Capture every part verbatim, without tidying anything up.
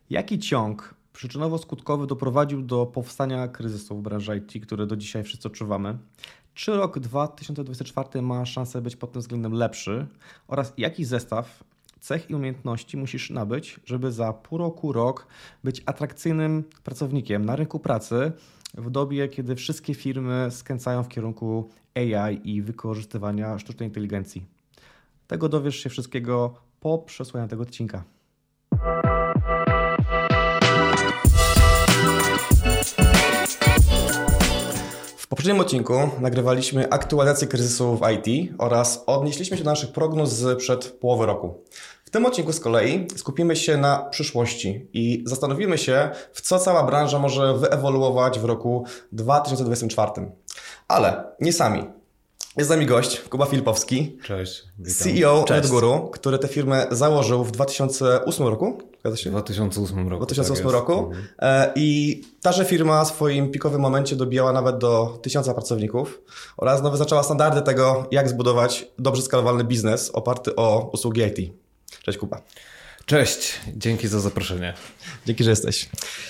Jaki ciąg przyczynowo-skutkowy doprowadził do powstania kryzysu w branży I T, który do dzisiaj wszyscy odczuwamy? Czy rok dwa tysiące dwudziesty czwarty ma szansę być pod tym względem lepszy? Oraz jaki zestaw cech i umiejętności musisz nabyć, żeby za pół roku, rok być atrakcyjnym pracownikiem na rynku pracy w dobie, kiedy wszystkie firmy skręcają w kierunku A I i wykorzystywania sztucznej inteligencji? Tego dowiesz się wszystkiego po przesłuchaniu tego odcinka. W poprzednim odcinku nagrywaliśmy aktualizację kryzysu w I T oraz odnieśliśmy się do naszych prognoz przed połowy roku. W tym odcinku z kolei skupimy się na przyszłości i zastanowimy się, w co cała branża może wyewoluować w roku dwa tysiące dwudziestym czwartym. Ale nie sami. Jest z nami gość, Kuba Filipowski. Cześć, witam. C E O NetGuru, który tę firmę założył w dwa tysiące ósmym roku. Zgadza się? W dwa tysiące ósmym roku. dwa tysiące ósmym tak roku. Mhm. I taże firma w swoim pikowym momencie dobijała nawet do tysiąca pracowników oraz no, wyznaczała standardy tego, jak zbudować dobrze skalowalny biznes oparty o usługi I T. Cześć Kuba. Cześć, dzięki za zaproszenie. Dzięki, że jesteś.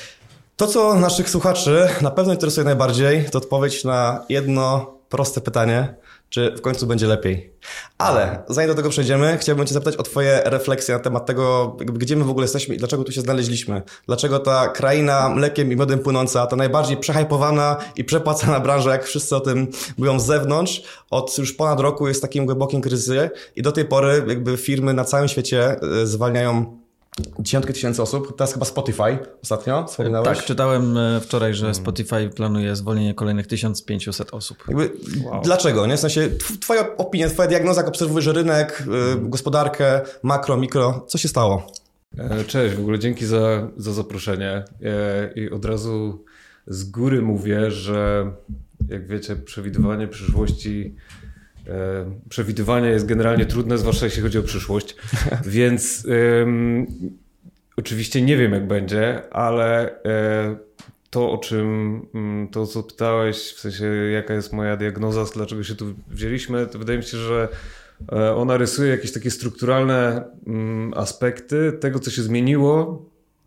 To, co naszych słuchaczy na pewno interesuje najbardziej, to odpowiedź na jedno proste pytanie, czy w końcu będzie lepiej. Ale zanim do tego przejdziemy, chciałbym Cię zapytać o Twoje refleksje na temat tego, gdzie my w ogóle jesteśmy i dlaczego tu się znaleźliśmy. Dlaczego ta kraina mlekiem i miodem płynąca, ta najbardziej przehypowana i przepłacana branża, jak wszyscy o tym mówią z zewnątrz, od już ponad roku jest w takim głębokim kryzysie i do tej pory jakby firmy na całym świecie zwalniają dziesiątki tysięcy osób. Teraz chyba Spotify ostatnio wspominałeś. Tak, czytałem wczoraj, że Spotify planuje zwolnienie kolejnych tysiąc pięćset osób. Jakby, wow. Dlaczego? Nie? W sensie twoja opinia, twoja diagnoza, jak obserwujesz rynek, hmm. gospodarkę, makro, mikro. Co się stało? Cześć, w ogóle dzięki za, za zaproszenie. I od razu z góry mówię, że jak wiecie, przewidywanie przyszłości Przewidywanie jest generalnie trudne, zwłaszcza jeśli chodzi o przyszłość, więc um, oczywiście nie wiem jak będzie, ale e, to o czym, to co pytałeś, w sensie jaka jest moja diagnoza, dlaczego się tu wzięliśmy, to wydaje mi się, że ona rysuje jakieś takie strukturalne um, aspekty tego, co się zmieniło,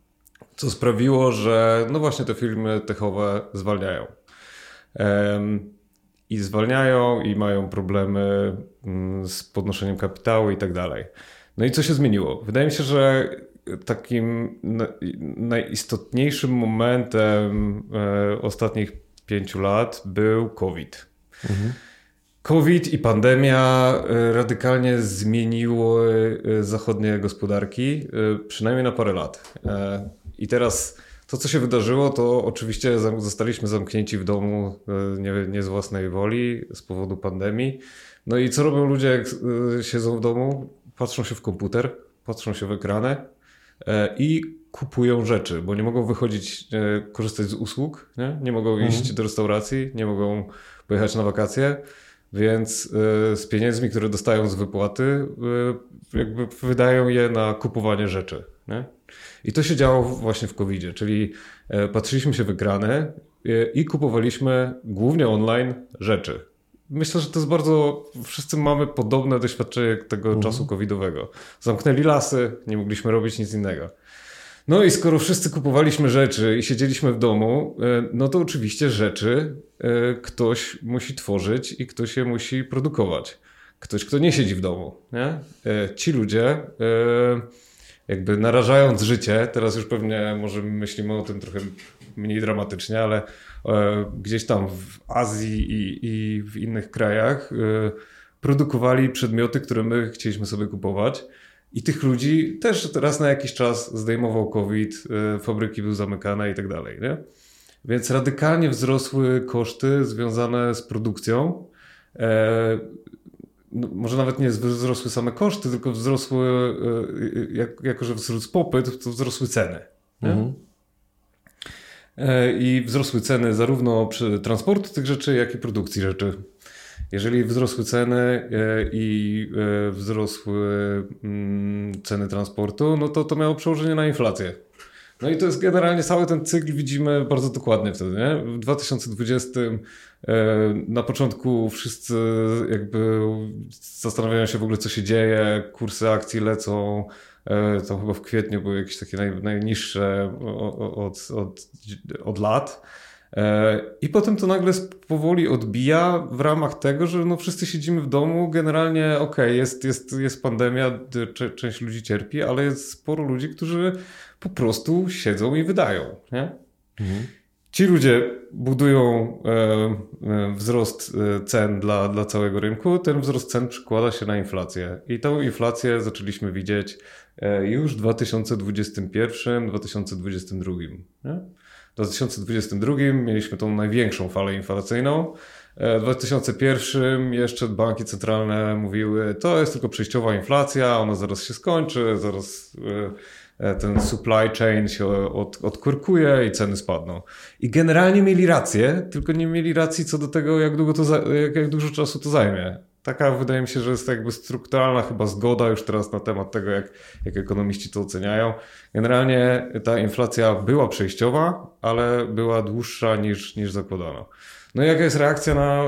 co sprawiło, że no właśnie te firmy techowe zwalniają. Um, I zwalniają i mają problemy z podnoszeniem kapitału i tak dalej. No i co się zmieniło? Wydaje mi się, że takim najistotniejszym momentem ostatnich pięciu lat był COVID. Mhm. COVID i pandemia radykalnie zmieniły zachodnie gospodarki, przynajmniej na parę lat. I teraz to, co się wydarzyło, to oczywiście zostaliśmy zamknięci w domu nie, nie z własnej woli, z powodu pandemii. No i co robią ludzie, jak siedzą w domu? Patrzą się w komputer, patrzą się w ekrany i kupują rzeczy, bo nie mogą wychodzić, korzystać z usług, nie, nie mogą iść mhm. do restauracji, nie mogą pojechać na wakacje, więc z pieniędzmi, które dostają z wypłaty, jakby wydają je na kupowanie rzeczy, nie? I to się działo właśnie w kowidzie, czyli patrzyliśmy się w ekrany i kupowaliśmy głównie online rzeczy. Myślę, że to jest bardzo, wszyscy mamy podobne doświadczenie tego mhm. czasu covidowego. Zamknęli lasy, nie mogliśmy robić nic innego. No i skoro wszyscy kupowaliśmy rzeczy i siedzieliśmy w domu, no to oczywiście rzeczy ktoś musi tworzyć i ktoś je musi produkować. Ktoś, kto nie siedzi w domu, nie? Ci ludzie, jakby narażając życie, teraz już pewnie może myślimy o tym trochę mniej dramatycznie, ale gdzieś tam w Azji i, i w innych krajach produkowali przedmioty, które my chcieliśmy sobie kupować. I tych ludzi też raz na jakiś czas zdejmował COVID, fabryki były zamykane i tak dalej, nie? Więc radykalnie wzrosły koszty związane z produkcją. E, no, może nawet nie wzrosły same koszty, tylko wzrosły, jak, jako że wzrósł popyt, to wzrosły ceny. Mhm. E, I wzrosły ceny zarówno przy transportu tych rzeczy, jak i produkcji rzeczy. Jeżeli wzrosły ceny i wzrosły ceny transportu, no to to miało przełożenie na inflację. No i to jest generalnie cały ten cykl widzimy bardzo dokładnie wtedy, nie? W dwa tysiące dwudziestym na początku wszyscy jakby zastanawiają się w ogóle, co się dzieje, kursy akcji lecą, Tam chyba w kwietniu były jakieś takie naj, najniższe od, od, od lat. I potem to nagle powoli odbija w ramach tego, że no wszyscy siedzimy w domu, generalnie okej, okay, jest, jest, jest pandemia, część ludzi cierpi, ale jest sporo ludzi, którzy po prostu siedzą i wydają. Nie? Mhm. Ci ludzie budują e, e, wzrost cen dla, dla całego rynku, ten wzrost cen przekłada się na inflację i tą inflację zaczęliśmy widzieć e, już w dwa tysiące dwudziestym pierwszym dwa tysiące dwudziestym drugim. Nie? W dwa tysiące dwudziestym drugim mieliśmy tą największą falę inflacyjną. W dwa tysiące pierwszym jeszcze banki centralne mówiły, to jest tylko przejściowa inflacja, ona zaraz się skończy, zaraz ten supply chain się od, odkurkuje i ceny spadną. I generalnie mieli rację, tylko nie mieli racji co do tego, jak długo to, jak, jak dużo czasu to zajmie. Taka wydaje mi się, że jest jakby strukturalna chyba zgoda już teraz na temat tego, jak, jak ekonomiści to oceniają. Generalnie ta inflacja była przejściowa, ale była dłuższa niż, niż zakładano. No i jaka jest reakcja na,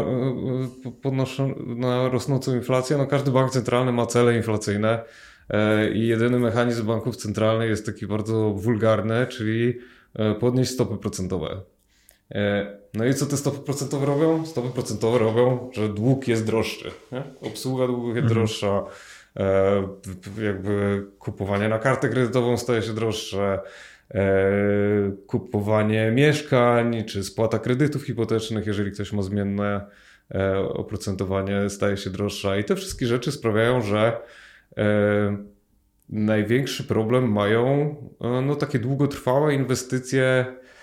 na rosnącą inflację? No każdy bank centralny ma cele inflacyjne i jedyny mechanizm banków centralnych jest taki bardzo wulgarny, czyli podnieść stopy procentowe. No i co te stopy procentowe robią? Stopy procentowe robią, że dług jest droższy. Nie? Obsługa długu jest mhm. droższa, e, jakby kupowanie na kartę kredytową staje się droższe, e, kupowanie mieszkań czy spłata kredytów hipotecznych, jeżeli ktoś ma zmienne e, oprocentowanie, staje się droższa i te wszystkie rzeczy sprawiają, że e, największy problem mają e, no, takie długotrwałe inwestycje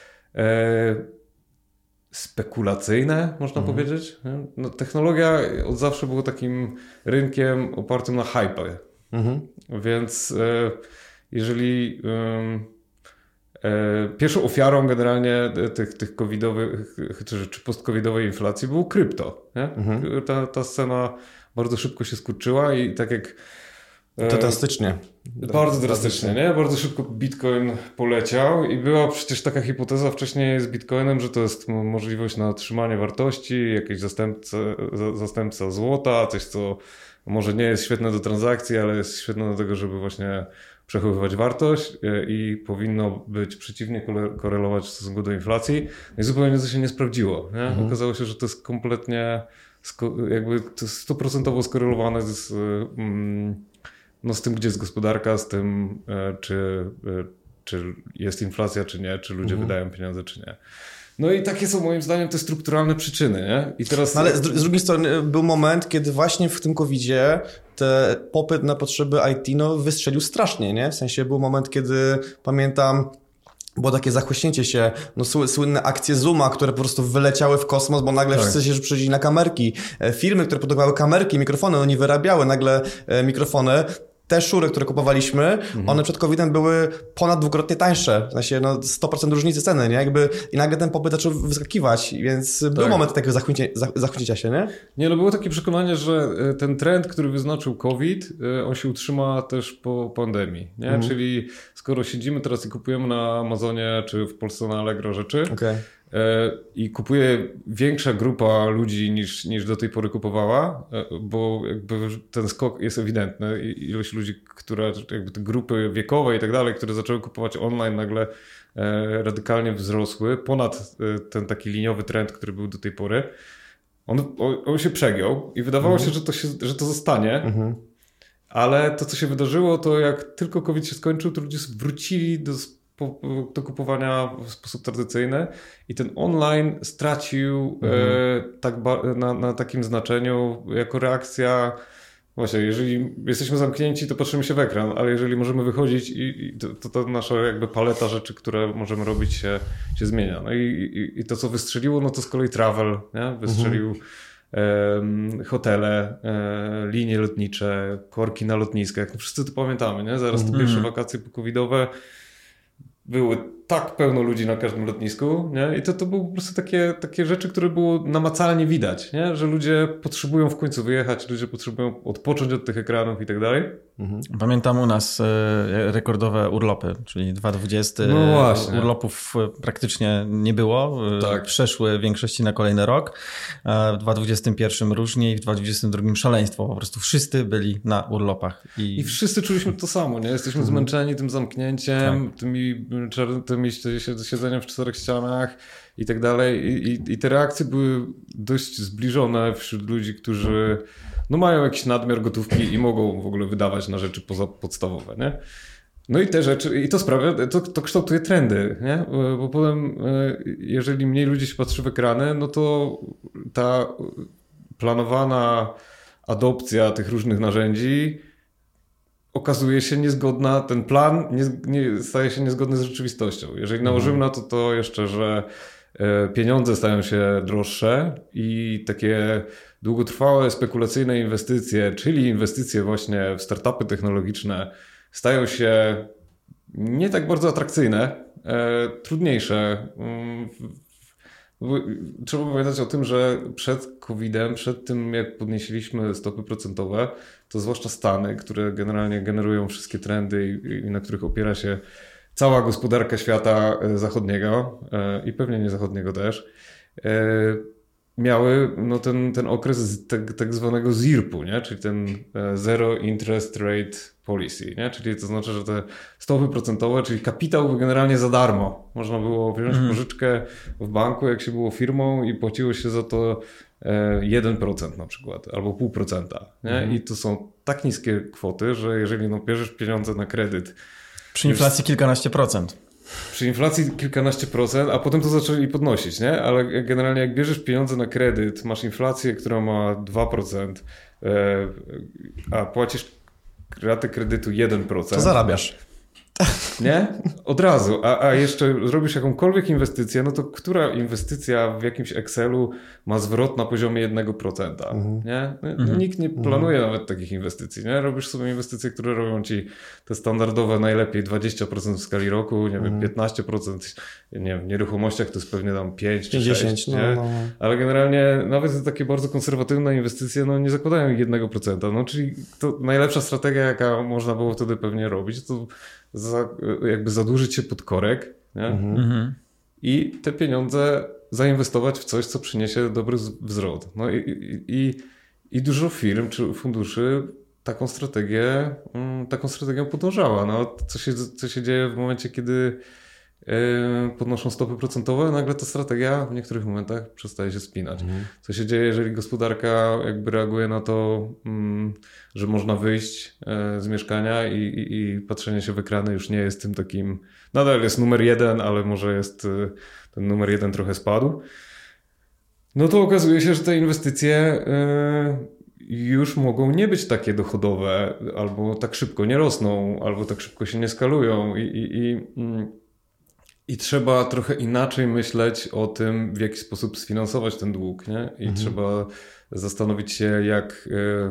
e, spekulacyjne, można mhm. powiedzieć. No, technologia od zawsze była takim rynkiem opartym na hype. Mhm. Więc e, jeżeli e, e, pierwszą ofiarą generalnie tych, tych covidowych czy, czy post-covidowej inflacji było krypto. Nie? Mhm. Ta, ta scena bardzo szybko się skurczyła i tak jak To drastycznie. Bardzo drastycznie, nie? Bardzo szybko Bitcoin poleciał i była przecież taka hipoteza wcześniej z Bitcoinem, że to jest możliwość na trzymanie wartości, jakiś zastępca, zastępca złota, coś co może nie jest świetne do transakcji, ale jest świetne do tego, żeby właśnie przechowywać wartość i powinno być przeciwnie korelować w stosunku do inflacji. I zupełnie to się nie sprawdziło. Nie? Mhm. Okazało się, że to jest kompletnie jakby to stuprocentowo skorelowane z mm, no z tym, gdzie jest gospodarka, z tym, czy, czy jest inflacja, czy nie, czy ludzie mhm. wydają pieniądze, czy nie. No i takie są moim zdaniem te strukturalne przyczyny, nie? I teraz... No ale z, dru- z drugiej strony był moment, kiedy właśnie w tym kowidzie te popyt na potrzeby I T no, wystrzelił strasznie, nie? W sensie był moment, kiedy pamiętam, było takie zachłyśnięcie się, no słynne akcje Zooma, które po prostu wyleciały w kosmos, bo nagle tak. wszyscy się przyjrzeli na kamerki. Firmy, które produkowały kamerki, mikrofony, oni wyrabiały nagle mikrofony. Te szury, które kupowaliśmy, mhm. one przed kowidem były ponad dwukrotnie tańsze. W sensie no sto procent różnicy ceny, nie? Jakby, i nagle ten popyt zaczął wyskakiwać, więc tak. był moment takiego zachwycenia się, nie? Nie, no było takie przekonanie, że ten trend, który wyznaczył COVID, on się utrzyma też po pandemii, nie? Mhm. Czyli skoro siedzimy teraz i kupujemy na Amazonie czy w Polsce na Allegro rzeczy, okay. i kupuje większa grupa ludzi niż, niż do tej pory kupowała, bo jakby ten skok jest ewidentny. Ilość ludzi, które jakby te grupy wiekowe i tak dalej, które zaczęły kupować online, nagle radykalnie wzrosły ponad ten taki liniowy trend, który był do tej pory. On, on się przegiął i wydawało mhm. się, że to, się, że to zostanie. Mhm. Ale to, co się wydarzyło, to jak tylko COVID się skończył, to ludzie wrócili do do kupowania w sposób tradycyjny i ten online stracił mhm. e, tak ba- na, na takim znaczeniu jako reakcja. Właśnie, jeżeli jesteśmy zamknięci, to patrzymy się w ekran, ale jeżeli możemy wychodzić i, i to, to nasza jakby paleta rzeczy, które możemy robić się, się zmienia. No i, i, i to, co wystrzeliło, no to z kolei travel, nie? Wystrzelił mhm. e, hotele, e, linie lotnicze, korki na lotniskach. No wszyscy to pamiętamy, nie? Zaraz te pierwsze wakacje po-covidowe były tak pełno ludzi na każdym lotnisku, nie? I to, to były po prostu takie, takie rzeczy, które było namacalnie widać, nie? Że ludzie potrzebują w końcu wyjechać, ludzie potrzebują odpocząć od tych ekranów i tak dalej. Mhm. Pamiętam u nas e, rekordowe urlopy, czyli dwa tysiące dwudziesty. No właśnie. Urlopów praktycznie nie było. Tak. Przeszły w większości na kolejny rok. A w dwa tysiące dwudziestym pierwszym różnie i w dwa tysiące dwudziestym drugim szaleństwo. Po prostu wszyscy byli na urlopach. I, I wszyscy czuliśmy to samo, nie? Jesteśmy mhm. zmęczeni tym zamknięciem, tak. tymi, tymi siedzeniem w czterech ścianach i tak dalej. I, i, I te reakcje były dość zbliżone wśród ludzi, którzy no mają jakiś nadmiar gotówki i mogą w ogóle wydawać na rzeczy poza podstawowe, nie? No i te rzeczy, i to sprawia, to, to kształtuje trendy, nie? Bo potem, jeżeli mniej ludzi się patrzy w ekrany, no to ta planowana adopcja tych różnych narzędzi okazuje się niezgodna, ten plan nie, nie, staje się niezgodny z rzeczywistością. Jeżeli nałożymy na to to jeszcze, że pieniądze stają się droższe i takie długotrwałe, spekulacyjne inwestycje, czyli inwestycje właśnie w startupy technologiczne, stają się nie tak bardzo atrakcyjne, e, trudniejsze. Trzeba pamiętać o tym, że przed kowidem, przed tym jak podnieśliśmy stopy procentowe, to zwłaszcza Stany, które generalnie generują wszystkie trendy i, i na których opiera się cała gospodarka świata zachodniego e, i pewnie nie zachodniego też, e, miały no, ten, ten okres tak, tak zwanego zirpu, nie? Czyli ten Zero Interest Rate Policy, nie? Czyli to znaczy, że te stopy procentowe, czyli kapitał był generalnie za darmo. Można było wziąć mm. pożyczkę w banku, jak się było firmą i płaciło się za to jeden procent na przykład, albo pół procenta. Nie? Mm. I to są tak niskie kwoty, że jeżeli no, bierzesz pieniądze na kredyt... Przy inflacji już... kilkanaście procent. Przy inflacji kilkanaście procent, a potem to zaczęli podnosić, nie? Ale generalnie jak bierzesz pieniądze na kredyt, masz inflację, która ma dwa procent, a płacisz ratę kredytu jeden procent. To zarabiasz. Nie? Od razu. A, a jeszcze zrobisz jakąkolwiek inwestycję, no to która inwestycja w jakimś Excelu ma zwrot na poziomie jeden procent? Mhm. Nie? Mhm. Nikt nie planuje mhm. nawet takich inwestycji. Nie? Robisz sobie inwestycje, które robią ci te standardowe najlepiej dwadzieścia procent w skali roku, nie mhm. wiem, piętnaście procent nie wiem, w nieruchomościach to jest pewnie tam pięć czy sześć, no, nie? No, no. Ale generalnie nawet takie bardzo konserwatywne inwestycje no, nie zakładają jeden procent. No, czyli to najlepsza strategia, jaka można było wtedy pewnie robić, to Za, jakby zadłużyć się pod korek nie? Mhm. i te pieniądze zainwestować w coś, co przyniesie dobry wzrost. No i, i, i, i dużo firm czy funduszy taką strategię, taką strategię podążała. No, co, się, co się dzieje w momencie, kiedy podnoszą stopy procentowe, nagle ta strategia w niektórych momentach przestaje się spinać. Mhm. Co się dzieje, jeżeli gospodarka jakby reaguje na to, że można wyjść z mieszkania i, i, i patrzenie się w ekrany już nie jest tym takim, nadal jest numer jeden, ale może jest ten numer jeden trochę spadł. No to okazuje się, że te inwestycje już mogą nie być takie dochodowe, albo tak szybko nie rosną, albo tak szybko się nie skalują i, i, i I trzeba trochę inaczej myśleć o tym, w jaki sposób sfinansować ten dług, nie? I mhm. trzeba zastanowić się, jak,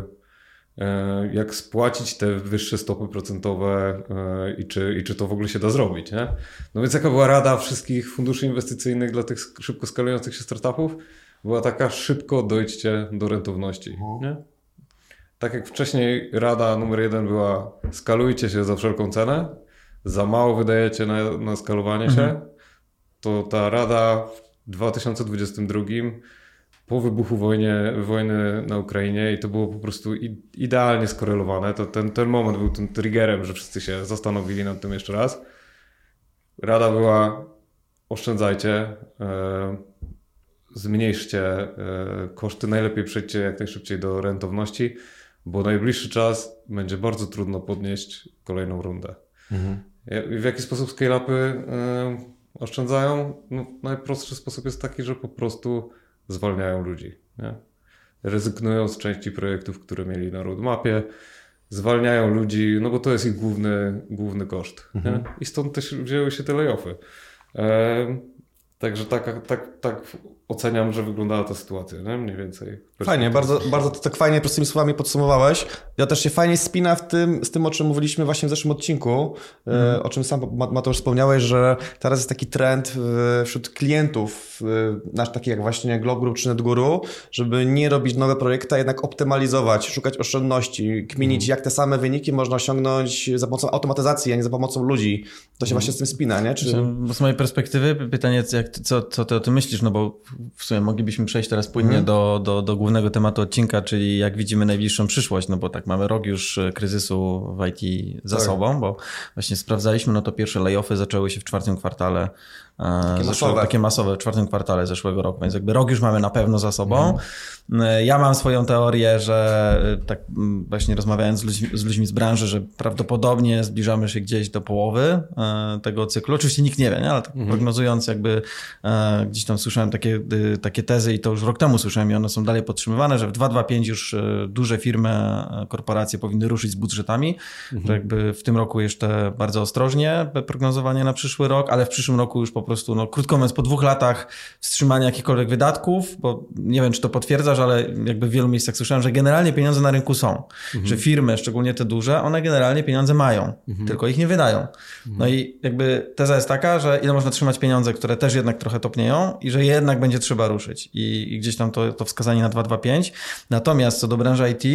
jak spłacić te wyższe stopy procentowe i czy, i czy to w ogóle się da zrobić, nie? No więc jaka była rada wszystkich funduszy inwestycyjnych dla tych szybko skalujących się startupów? Była taka: szybko dojdźcie do rentowności, mhm. nie? Tak jak wcześniej rada numer jeden była: skalujcie się za wszelką cenę, za mało wydajecie na, na skalowanie mhm. się, to ta rada w dwa tysiące dwudziestym drugim po wybuchu wojnie, wojny na Ukrainie i to było po prostu idealnie skorelowane. To ten, ten moment był tym triggerem, że wszyscy się zastanowili nad tym jeszcze raz. Rada była: oszczędzajcie, e, zmniejszcie e, koszty, najlepiej przejdźcie jak najszybciej do rentowności, bo najbliższy czas będzie bardzo trudno podnieść kolejną rundę. Mhm. W jaki sposób scale-upy y, oszczędzają? No, najprostszy sposób jest taki, że po prostu zwalniają ludzi. Nie? Rezygnują z części projektów, które mieli na roadmapie, zwalniają ludzi, no bo to jest ich główny, główny koszt. Mhm. Nie? I stąd też wzięły się te layoffy. E, Także tak, tak, tak oceniam, że wyglądała ta sytuacja, nie? Mniej więcej. Fajnie, bardzo, bardzo to tak fajnie prostymi słowami podsumowałeś. Ja też się fajnie spina w tym, z tym, o czym mówiliśmy właśnie w zeszłym odcinku, mm. o czym sam Mateusz wspomniałeś, że teraz jest taki trend wśród klientów, nasz taki jak właśnie Globe Group czy NetGuru, żeby nie robić nowe projekty, a jednak optymalizować, szukać oszczędności, kminić, mm. jak te same wyniki można osiągnąć za pomocą automatyzacji, a nie za pomocą ludzi. To się mm. właśnie z tym spina, nie? Czy... Z mojej perspektywy pytanie, jak, co, co ty o tym myślisz, no bo w sumie moglibyśmy przejść teraz płynnie mm. do, do, do głównego tematu odcinka, czyli jak widzimy najbliższą przyszłość, no bo tak mamy rok już kryzysu w I T za tak. sobą, bo właśnie sprawdzaliśmy, no to pierwsze layoffy zaczęły się w czwartym kwartale Takie, zeszłe, masowe. takie masowe w czwartym kwartale zeszłego roku, więc jakby rok już mamy na pewno za sobą. Mhm. Ja mam swoją teorię, że tak właśnie rozmawiając z ludźmi, z ludźmi z branży, że prawdopodobnie zbliżamy się gdzieś do połowy tego cyklu. Oczywiście nikt nie wie, nie? Ale tak mhm. prognozując jakby gdzieś tam słyszałem takie, takie tezy i to już rok temu słyszałem i one są dalej podtrzymywane, że w dwa tysiące dwudziestym piątym już duże firmy, korporacje powinny ruszyć z budżetami, mhm. że jakby w tym roku jeszcze bardzo ostrożnie prognozowanie na przyszły rok, ale w przyszłym roku już po prostu, no krótko mówiąc, po dwóch latach wstrzymania jakichkolwiek wydatków, bo nie wiem, czy to potwierdzasz, ale jakby w wielu miejscach słyszałem, że generalnie pieniądze na rynku są. Mhm. Że firmy, szczególnie te duże, one generalnie pieniądze mają, mhm. tylko ich nie wydają. Mhm. No i jakby teza jest taka, że ile można trzymać pieniądze, które też jednak trochę topnieją i że jednak będzie trzeba ruszyć. I, i gdzieś tam to, to wskazanie na dwa tysiące dwudziesty piąty. Natomiast co do branży I T,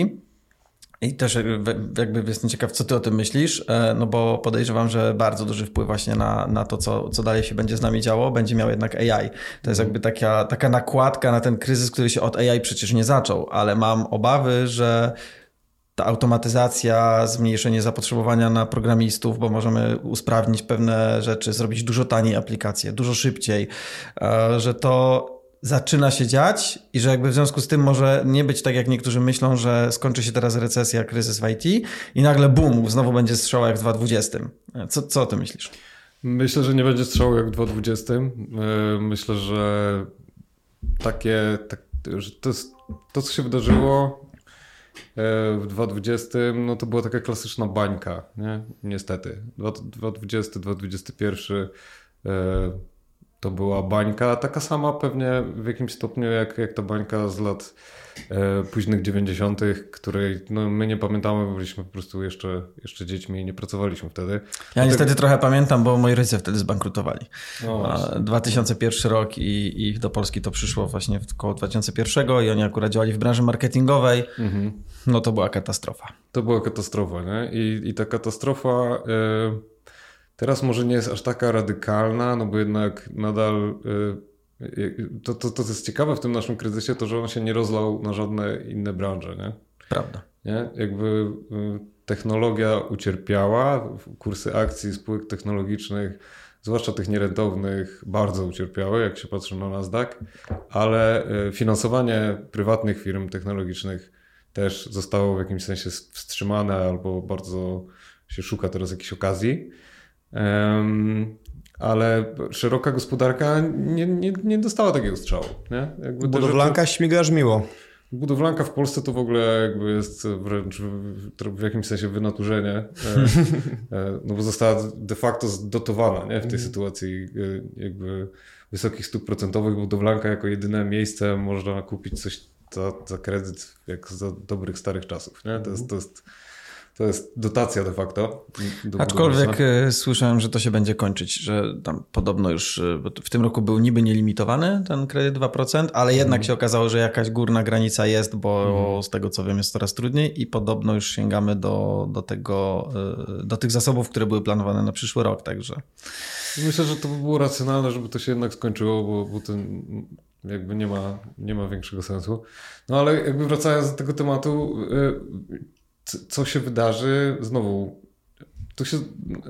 i też jakby jestem ciekaw, co ty o tym myślisz, no bo podejrzewam, że bardzo duży wpływ właśnie na, na to, co, co dalej się będzie z nami działo, będzie miał jednak A I. To jest jakby taka, taka nakładka na ten kryzys, który się od A I przecież nie zaczął, ale mam obawy, że ta automatyzacja, zmniejszenie zapotrzebowania na programistów, bo możemy usprawnić pewne rzeczy, zrobić dużo taniej aplikacje, dużo szybciej, że to zaczyna się dziać i że jakby w związku z tym może nie być tak, jak niektórzy myślą, że skończy się teraz recesja, kryzys w I T i nagle bum, znowu będzie strzał jak w dwa tysiące dwudziestym. Co, co ty myślisz? Myślę, że nie będzie strzału jak w dwa tysiące dwudziestym. Myślę, że takie, tak, że to, jest, to, co się wydarzyło w dwa tysiące dwudziestym, no to była taka klasyczna bańka, nie? Niestety. dwa tysiące dwudziesty, dwa tysiące dwudziesty pierwszy to była bańka, taka sama pewnie w jakimś stopniu jak, jak ta bańka z lat e, późnych dziewięćdziesiątych, której no, my nie pamiętamy, bo byliśmy po prostu jeszcze, jeszcze dziećmi i nie pracowaliśmy wtedy. Ja Dlatego... niestety trochę pamiętam, bo moi rodzice wtedy zbankrutowali. No, dwa tysiące pierwszy rok i, i do Polski to przyszło właśnie w koło dwa tysiące pierwszego i oni akurat działali w branży marketingowej. Mhm. No to była katastrofa. To była katastrofa, nie? I, i ta katastrofa... E, Teraz może nie jest aż taka radykalna, no bo jednak nadal y, to, to, to jest ciekawe w tym naszym kryzysie, to że on się nie rozlał na żadne inne branże, nie? Prawda. Nie? Jakby y, technologia ucierpiała, kursy akcji spółek technologicznych, zwłaszcza tych nierentownych, bardzo ucierpiały, jak się patrzy na Nasdaq, ale y, finansowanie prywatnych firm technologicznych też zostało w jakimś sensie wstrzymane albo bardzo się szuka teraz jakichś okazji. Um, ale szeroka gospodarka nie, nie, nie dostała takiego strzału. Nie? Jakby budowlanka rzeczy... śmiga aż miło. Budowlanka w Polsce to w ogóle jakby jest wręcz w, w jakimś sensie wynaturzenie, no bo została de facto dotowana, nie? W tej sytuacji jakby wysokich stóp procentowych. Budowlanka jako jedyne miejsce można kupić coś za, za kredyt jak za dobrych starych czasów. Nie? To jest, to jest To jest dotacja de facto. Aczkolwiek słyszałem, że to się będzie kończyć, że tam podobno już w tym roku był niby nielimitowany ten kredyt dwa procent, ale jednak mm. się okazało, że jakaś górna granica jest, bo mm. z tego co wiem jest coraz trudniej i podobno już sięgamy do, do tego, do tych zasobów, które były planowane na przyszły rok, także. Myślę, że to by było racjonalne, żeby to się jednak skończyło, bo, bo ten jakby nie ma, nie ma większego sensu. No ale jakby wracając do tego tematu, co się wydarzy, znowu, to, się,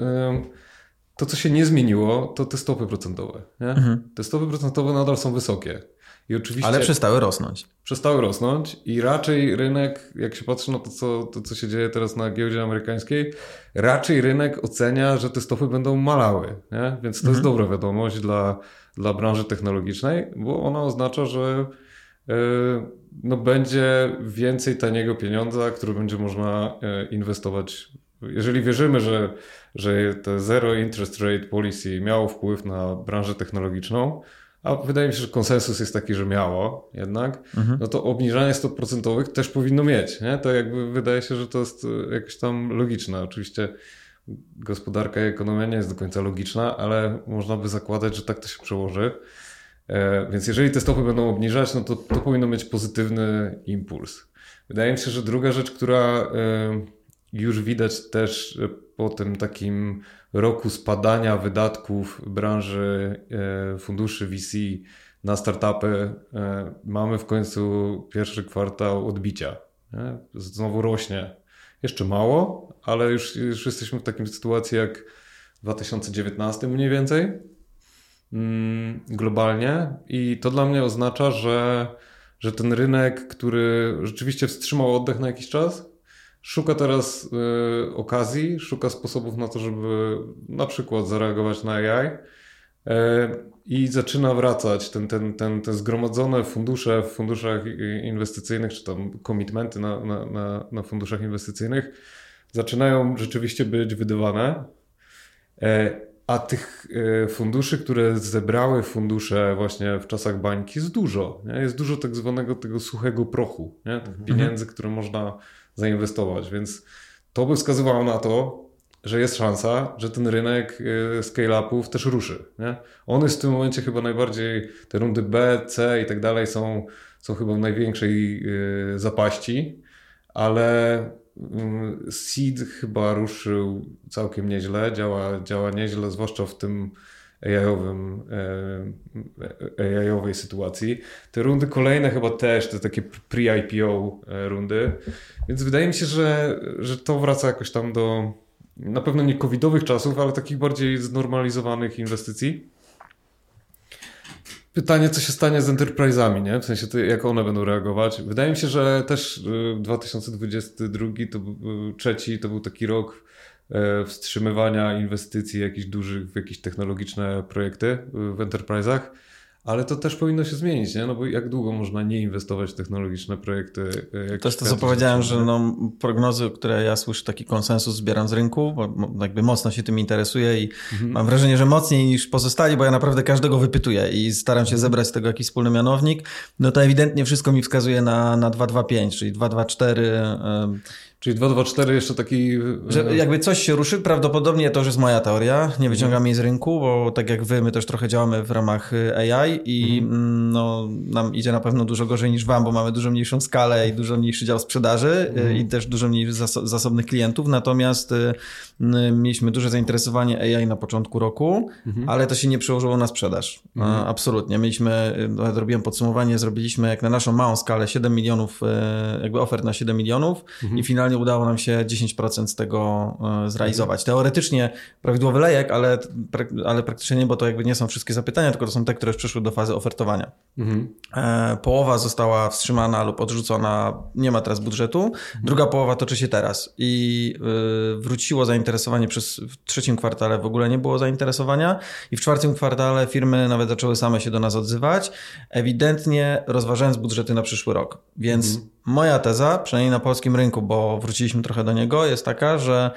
to co się nie zmieniło, to te stopy procentowe. Nie? Mhm. Te stopy procentowe nadal są wysokie. I oczywiście ale przestały rosnąć. Przestały rosnąć i raczej rynek, jak się patrzy na to co, to, co się dzieje teraz na giełdzie amerykańskiej, raczej rynek ocenia, że te stopy będą malały. Nie? Więc to mhm. jest dobra wiadomość dla, dla branży technologicznej, bo ona oznacza, że no będzie więcej taniego pieniądza, który będzie można inwestować jeżeli wierzymy, że, że to zero interest rate policy miało wpływ na branżę technologiczną, a wydaje mi się, że konsensus jest taki, że miało jednak, mhm. no to obniżanie stóp procentowych też powinno mieć. Nie? To jakby wydaje się, że to jest jakoś tam logiczne. Oczywiście gospodarka i ekonomia nie jest do końca logiczna, ale można by zakładać, że tak to się przełoży. E, więc jeżeli te stopy będą obniżać, no to to powinno mieć pozytywny impuls. Wydaje mi się, że druga rzecz, która e, już widać też po tym takim roku spadania wydatków branży e, funduszy V C na startupy, e, mamy w końcu pierwszy kwartał odbicia. Nie? Znowu rośnie. Jeszcze mało, ale już, już jesteśmy w takiej sytuacji jak w dwa tysiące dziewiętnastym mniej więcej mm, globalnie i to dla mnie oznacza, że, że ten rynek, który rzeczywiście wstrzymał oddech na jakiś czas, szuka teraz y, okazji, szuka sposobów na to, żeby na przykład zareagować na A I y, i zaczyna wracać ten, ten, ten, te zgromadzone fundusze w funduszach inwestycyjnych, czy tam komitmenty na, na, na, na funduszach inwestycyjnych zaczynają rzeczywiście być wydawane, y, a tych y, funduszy, które zebrały fundusze właśnie w czasach bańki jest dużo. Nie? Jest dużo tak zwanego tego suchego prochu, nie? Tych pieniędzy, mhm. które można zainwestować, więc to by wskazywało na to, że jest szansa, że ten rynek scale-upów też ruszy. Nie? On jest w tym momencie chyba najbardziej, te rundy B, C i tak dalej są, są chyba w największej zapaści, ale seed chyba ruszył całkiem nieźle, działa, działa nieźle, zwłaszcza w tym A I-owym, A I-owej sytuacji. Te rundy kolejne chyba też, te takie pre-I P O rundy, więc wydaje mi się, że, że to wraca jakoś tam do na pewno nie covidowych czasów, ale takich bardziej znormalizowanych inwestycji. Pytanie, co się stanie z enterprise'ami, nie? W sensie, to, jak one będą reagować. Wydaje mi się, że też dwa tysiące dwudziesty drugi, to był, trzeci, to był taki rok wstrzymywania inwestycji jakichś dużych w jakieś technologiczne projekty w enterprise'ach, ale to też powinno się zmienić, nie? No bo jak długo można nie inwestować w technologiczne projekty? To jest to, co powiedziałem, że no, prognozy, które ja słyszę, taki konsensus zbieram z rynku, bo jakby mocno się tym interesuję i mhm. mam wrażenie, że mocniej niż pozostali, bo ja naprawdę każdego wypytuję i staram się zebrać z tego jakiś wspólny mianownik, no to ewidentnie wszystko mi wskazuje na, na dwa dwa pięć, czyli dwa dwa cztery. Czyli dwa dwa cztery jeszcze taki... Że jakby coś się ruszy, prawdopodobnie to już jest moja teoria, nie wyciągam jej z rynku, bo tak jak wy, my też trochę działamy w ramach A I i mm. no, nam idzie na pewno dużo gorzej niż wam, bo mamy dużo mniejszą skalę i dużo mniejszy dział sprzedaży mm. i też dużo mniej zaso- zasobnych klientów, natomiast y, mieliśmy duże zainteresowanie A I na początku roku, mm. ale to się nie przełożyło na sprzedaż. Mm. A, absolutnie. Mieliśmy, zrobiłem podsumowanie, zrobiliśmy jak na naszą małą skalę siedem milionów, jakby ofert na siedem milionów mm. i finalnie udało nam się dziesięć procent z tego zrealizować. Teoretycznie prawidłowy lejek, ale, ale praktycznie nie, bo to jakby nie są wszystkie zapytania, tylko to są te, które już przeszły do fazy ofertowania. Mhm. Połowa została wstrzymana lub odrzucona, nie ma teraz budżetu. Mhm. Druga połowa toczy się teraz i wróciło zainteresowanie przez w trzecim kwartale w ogóle nie było zainteresowania i w czwartym kwartale firmy nawet zaczęły same się do nas odzywać, ewidentnie rozważając budżety na przyszły rok. Więc mhm. moja teza, przynajmniej na polskim rynku, bo wróciliśmy trochę do niego, jest taka, że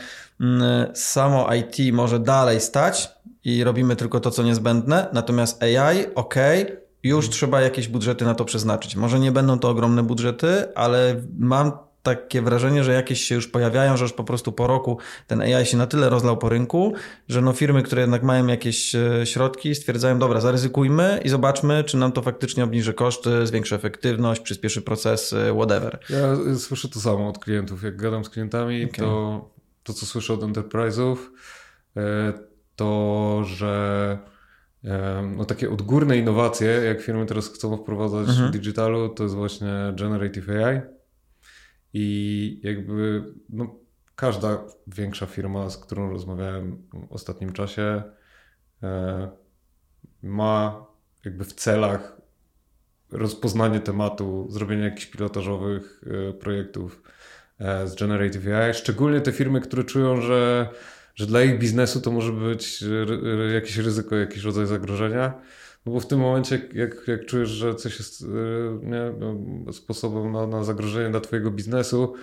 samo I T może dalej stać i robimy tylko to, co niezbędne, natomiast A I, ok, już hmm. trzeba jakieś budżety na to przeznaczyć. Może nie będą to ogromne budżety, ale mam takie wrażenie, że jakieś się już pojawiają, że już po prostu po roku ten A I się na tyle rozlał po rynku, że no firmy, które jednak mają jakieś środki, stwierdzają, dobra, zaryzykujmy i zobaczmy, czy nam to faktycznie obniży koszty, zwiększy efektywność, przyspieszy procesy, whatever. Ja słyszę to samo od klientów. Jak gadam z klientami, okay. to to, co słyszę od enterprise'ów, to, że no, takie odgórne innowacje, jak firmy teraz chcą wprowadzać mhm. w digitalu, to jest właśnie generative A I. I jakby no, każda większa firma, z którą rozmawiałem w ostatnim czasie, e, ma jakby w celach rozpoznanie tematu, zrobienie jakichś pilotażowych e, projektów e, z Generative A I. Szczególnie te firmy, które czują, że, że dla ich biznesu to może być r- jakieś ryzyko, jakiś rodzaj zagrożenia. No bo w tym momencie, jak, jak czujesz, że coś jest nie, no, sposobem na, na zagrożenie dla twojego biznesu,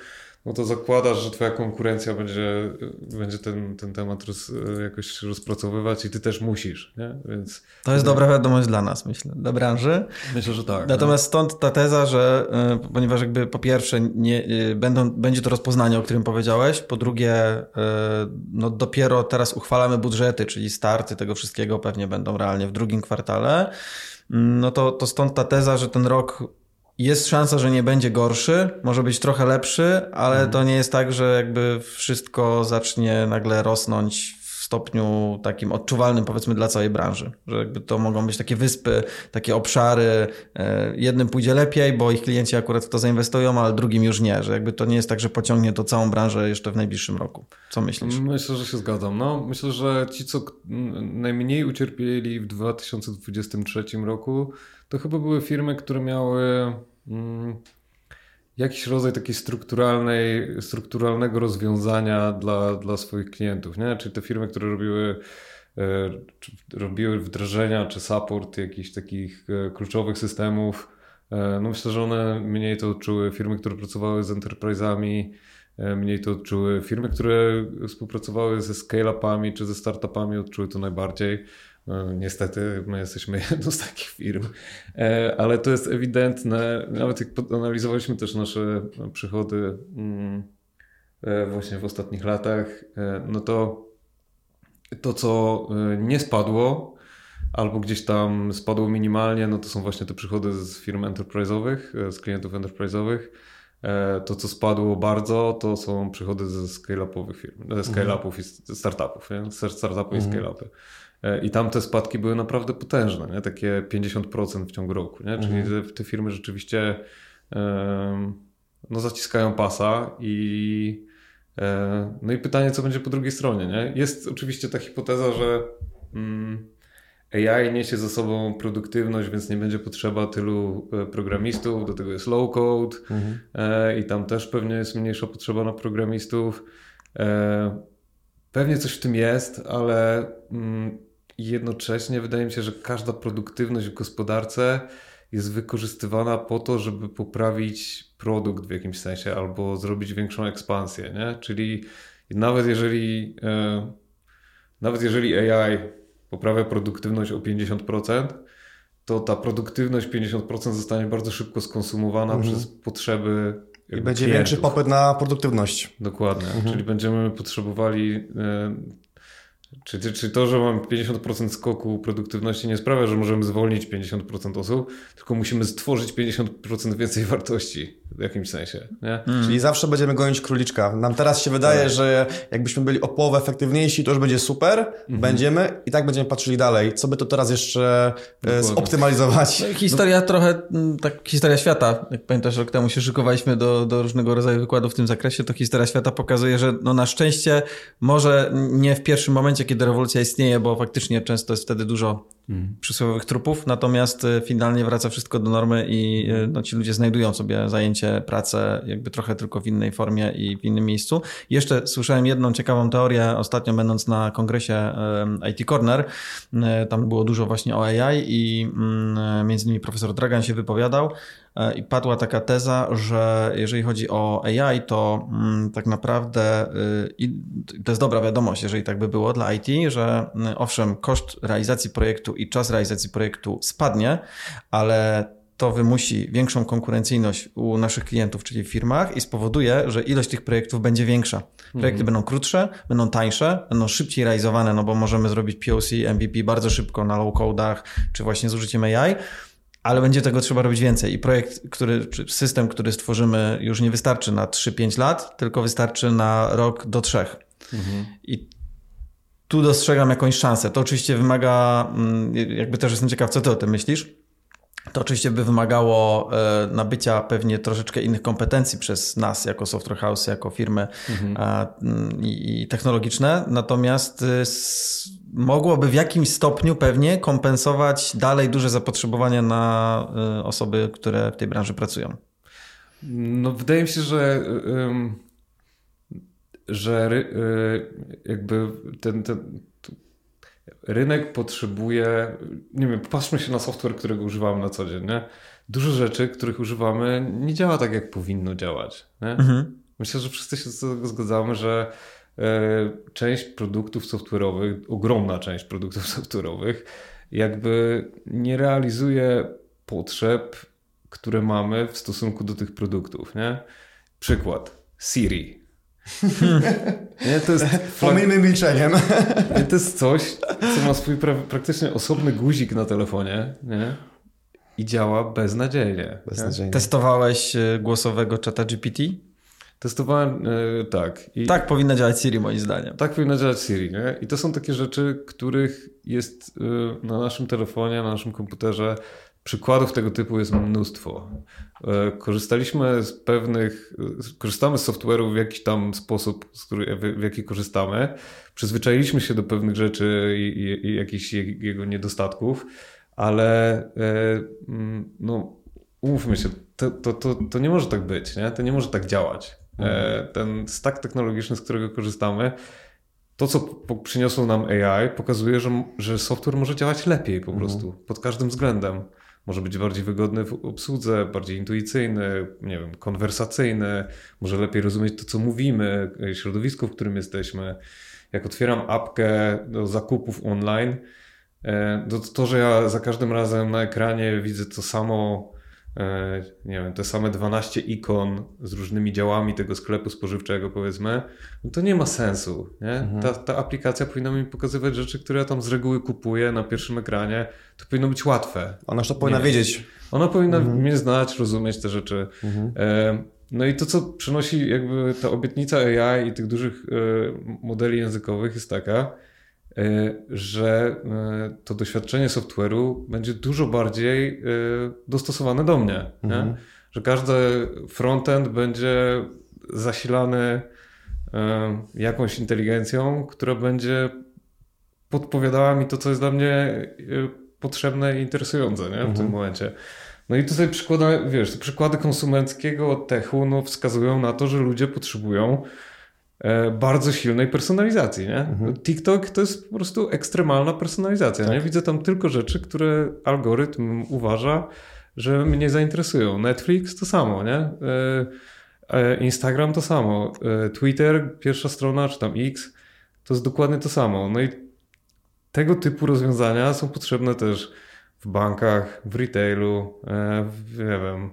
no to zakładasz, że twoja konkurencja będzie, będzie ten, ten temat roz, jakoś rozpracowywać i ty też musisz, nie? Więc to jest dobra wiadomość dla nas, myślę, dla branży. Myślę, że tak. Natomiast no. stąd ta teza, że y, ponieważ jakby po pierwsze nie, y, będą, będzie to rozpoznanie, o którym powiedziałeś, po drugie y, no dopiero teraz uchwalamy budżety, czyli starty tego wszystkiego pewnie będą realnie w drugim kwartale, no to, to stąd ta teza, że ten rok jest szansa, że nie będzie gorszy, może być trochę lepszy, ale mhm. to nie jest tak, że jakby wszystko zacznie nagle rosnąć w stopniu takim odczuwalnym, powiedzmy, dla całej branży. Że jakby to mogą być takie wyspy, takie obszary, jednym pójdzie lepiej, bo ich klienci akurat w to zainwestują, ale drugim już nie, że jakby to nie jest tak, że pociągnie to całą branżę jeszcze w najbliższym roku. Co myślisz? Myślę, że się zgadzam. No, myślę, że ci, co najmniej ucierpieli w dwa tysiące dwudziestym trzecim roku, to chyba były firmy, które miały mm, jakiś rodzaj takiej strukturalnej, strukturalnego rozwiązania dla, dla swoich klientów, nie? Czyli te firmy, które robiły, e, robiły wdrożenia czy support jakichś takich e, kluczowych systemów. E, no myślę, że one mniej to odczuły. Firmy, które pracowały z enterprise'ami, e, mniej to odczuły. Firmy, które współpracowały ze scale-upami czy ze startupami, odczuły to najbardziej. No, niestety my jesteśmy jedną z takich firm, ale to jest ewidentne, nawet jak analizowaliśmy też nasze przychody właśnie w ostatnich latach, no to to, co nie spadło albo gdzieś tam spadło minimalnie, no to są właśnie te przychody z firm enterprise'owych, z klientów enterprise'owych. To, co spadło bardzo, to są przychody ze scale-upowych firm, ze scale-upów i startupów, nie? Startupy i scale-upy. I tam te spadki były naprawdę potężne, nie? Takie pięćdziesiąt procent w ciągu roku, nie? Czyli te, te firmy rzeczywiście um, no, zaciskają pasa i um, no i pytanie, co będzie po drugiej stronie, nie? Jest oczywiście ta hipoteza, że um, A I niesie ze sobą produktywność, więc nie będzie potrzeba tylu programistów, do tego jest low code mhm. e, i tam też pewnie jest mniejsza potrzeba na programistów. E, pewnie coś w tym jest, ale mm, jednocześnie wydaje mi się, że każda produktywność w gospodarce jest wykorzystywana po to, żeby poprawić produkt w jakimś sensie albo zrobić większą ekspansję, nie? Czyli nawet jeżeli e, nawet jeżeli A I poprawia produktywność o pięćdziesiąt procent, to ta produktywność pięćdziesiąt procent zostanie bardzo szybko skonsumowana mhm. przez potrzeby i będzie klientów. Większy popyt na produktywność. Dokładnie, mhm. czyli będziemy potrzebowali... E, Czy, czy, czy to, że mamy pięćdziesiąt procent skoku produktywności nie sprawia, że możemy zwolnić pięćdziesiąt procent osób, tylko musimy stworzyć pięćdziesiąt procent więcej wartości w jakimś sensie. Nie? Mm. Czyli zawsze będziemy gonić króliczka. Nam teraz się wydaje, tak. że jakbyśmy byli o połowę efektywniejsi, to już będzie super, mhm. będziemy i tak będziemy patrzyli dalej. Co by to teraz jeszcze Dokładnie. zoptymalizować? No, historia no. trochę, tak historia świata, jak pamiętasz, rok temu się szykowaliśmy do, do różnego rodzaju wykładów w tym zakresie, to historia świata pokazuje, że no na szczęście może nie w pierwszym momencie, kiedy rewolucja istnieje, bo faktycznie często jest wtedy dużo mm. przysłowiowych trupów, natomiast finalnie wraca wszystko do normy i no, ci ludzie znajdują sobie zajęcie, pracę jakby trochę tylko w innej formie i w innym miejscu. Jeszcze słyszałem jedną ciekawą teorię ostatnio, będąc na kongresie I T Corner. Tam było dużo właśnie o A I i między innymi profesor Dragan się wypowiadał i padła taka teza, że jeżeli chodzi o A I, to mm, tak naprawdę y, i to jest dobra wiadomość, jeżeli tak by było dla I T, że y, owszem, koszt realizacji projektu i czas realizacji projektu spadnie, ale to wymusi większą konkurencyjność u naszych klientów, czyli w firmach i spowoduje, że ilość tych projektów będzie większa. Projekty mhm. będą krótsze, będą tańsze, będą szybciej realizowane, no bo możemy zrobić P O C, M V P bardzo szybko na low codach, czy właśnie z użyciem A I. Ale będzie tego trzeba robić więcej i projekt, który, czy system, który stworzymy już nie wystarczy na trzy pięć lat, tylko wystarczy na rok do trzech. Mhm. I tu dostrzegam jakąś szansę. To oczywiście wymaga, jakby też jestem ciekaw, co ty o tym myślisz. To oczywiście by wymagało nabycia pewnie troszeczkę innych kompetencji przez nas jako software house, jako firmy mhm. i technologiczne. Natomiast mogłoby w jakimś stopniu pewnie kompensować dalej duże zapotrzebowanie na osoby, które w tej branży pracują. No wydaje mi się, że że jakby ten, ten rynek potrzebuje, nie wiem, popatrzmy się na software, którego używamy na co dzień, nie? Dużo rzeczy, których używamy, nie działa tak, jak powinno działać, nie? Mhm. Myślę, że wszyscy się z tego zgadzamy, że część produktów software'owych, ogromna część produktów software'owych jakby nie realizuje potrzeb, które mamy w stosunku do tych produktów, nie? Przykład. Siri. Nie, to jest Pomijmy milczeniem. Nie, to jest coś, co ma swój pra- praktycznie osobny guzik na telefonie, nie? I działa beznadziejnie. Beznadziejnie. Testowałeś głosowego czata G P T? Testowałem, yy, tak. I tak powinna działać Siri moim zdaniem. Tak powinna działać Siri, nie? I to są takie rzeczy, których jest yy, na naszym telefonie, na naszym komputerze. Przykładów tego typu jest mnóstwo. Yy, korzystaliśmy z pewnych, yy, korzystamy z software'u w jakiś tam sposób, z który, w, w jaki korzystamy. Przyzwyczailiśmy się do pewnych rzeczy i, i, i jakichś jego niedostatków, ale yy, no, umówmy się, to, to, to, to nie może tak być, nie? To nie może tak działać. Ten stack technologiczny, z którego korzystamy, to co po- przyniosło nam A I, pokazuje, że, że software może działać lepiej po prostu, mhm. pod każdym względem. Może być bardziej wygodny w obsłudze, bardziej intuicyjny, nie wiem, konwersacyjny, może lepiej rozumieć to, co mówimy, środowisko, w którym jesteśmy. Jak otwieram apkę do zakupów online, to, to, że ja za każdym razem na ekranie widzę to samo, nie wiem, te same dwanaście ikon z różnymi działami tego sklepu spożywczego, powiedzmy, no to nie ma sensu, nie? Mhm. Ta, ta aplikacja powinna mi pokazywać rzeczy, które ja tam z reguły kupuję na pierwszym ekranie. To powinno być łatwe. Ona już to powinna nie. wiedzieć. Ona powinna mhm. mnie znać, rozumieć te rzeczy. Mhm. No i to, co przynosi jakby ta obietnica A I i tych dużych modeli językowych jest taka, że to doświadczenie software'u będzie dużo bardziej dostosowane do mnie. Mhm. Nie? Że każdy frontend będzie zasilany jakąś inteligencją, która będzie podpowiadała mi to, co jest dla mnie potrzebne i interesujące, nie? W mhm. tym momencie. No i tutaj przykłady, wiesz, przykłady konsumenckiego techu no, wskazują na to, że ludzie potrzebują bardzo silnej personalizacji, nie? Mhm. TikTok to jest po prostu ekstremalna personalizacja, tak. nie? Widzę tam tylko rzeczy, które algorytm uważa, że mnie zainteresują. Netflix to samo, nie? Instagram to samo. Twitter, pierwsza strona, czy tam X, to jest dokładnie to samo. No i tego typu rozwiązania są potrzebne też w bankach, w retailu, w, nie wiem,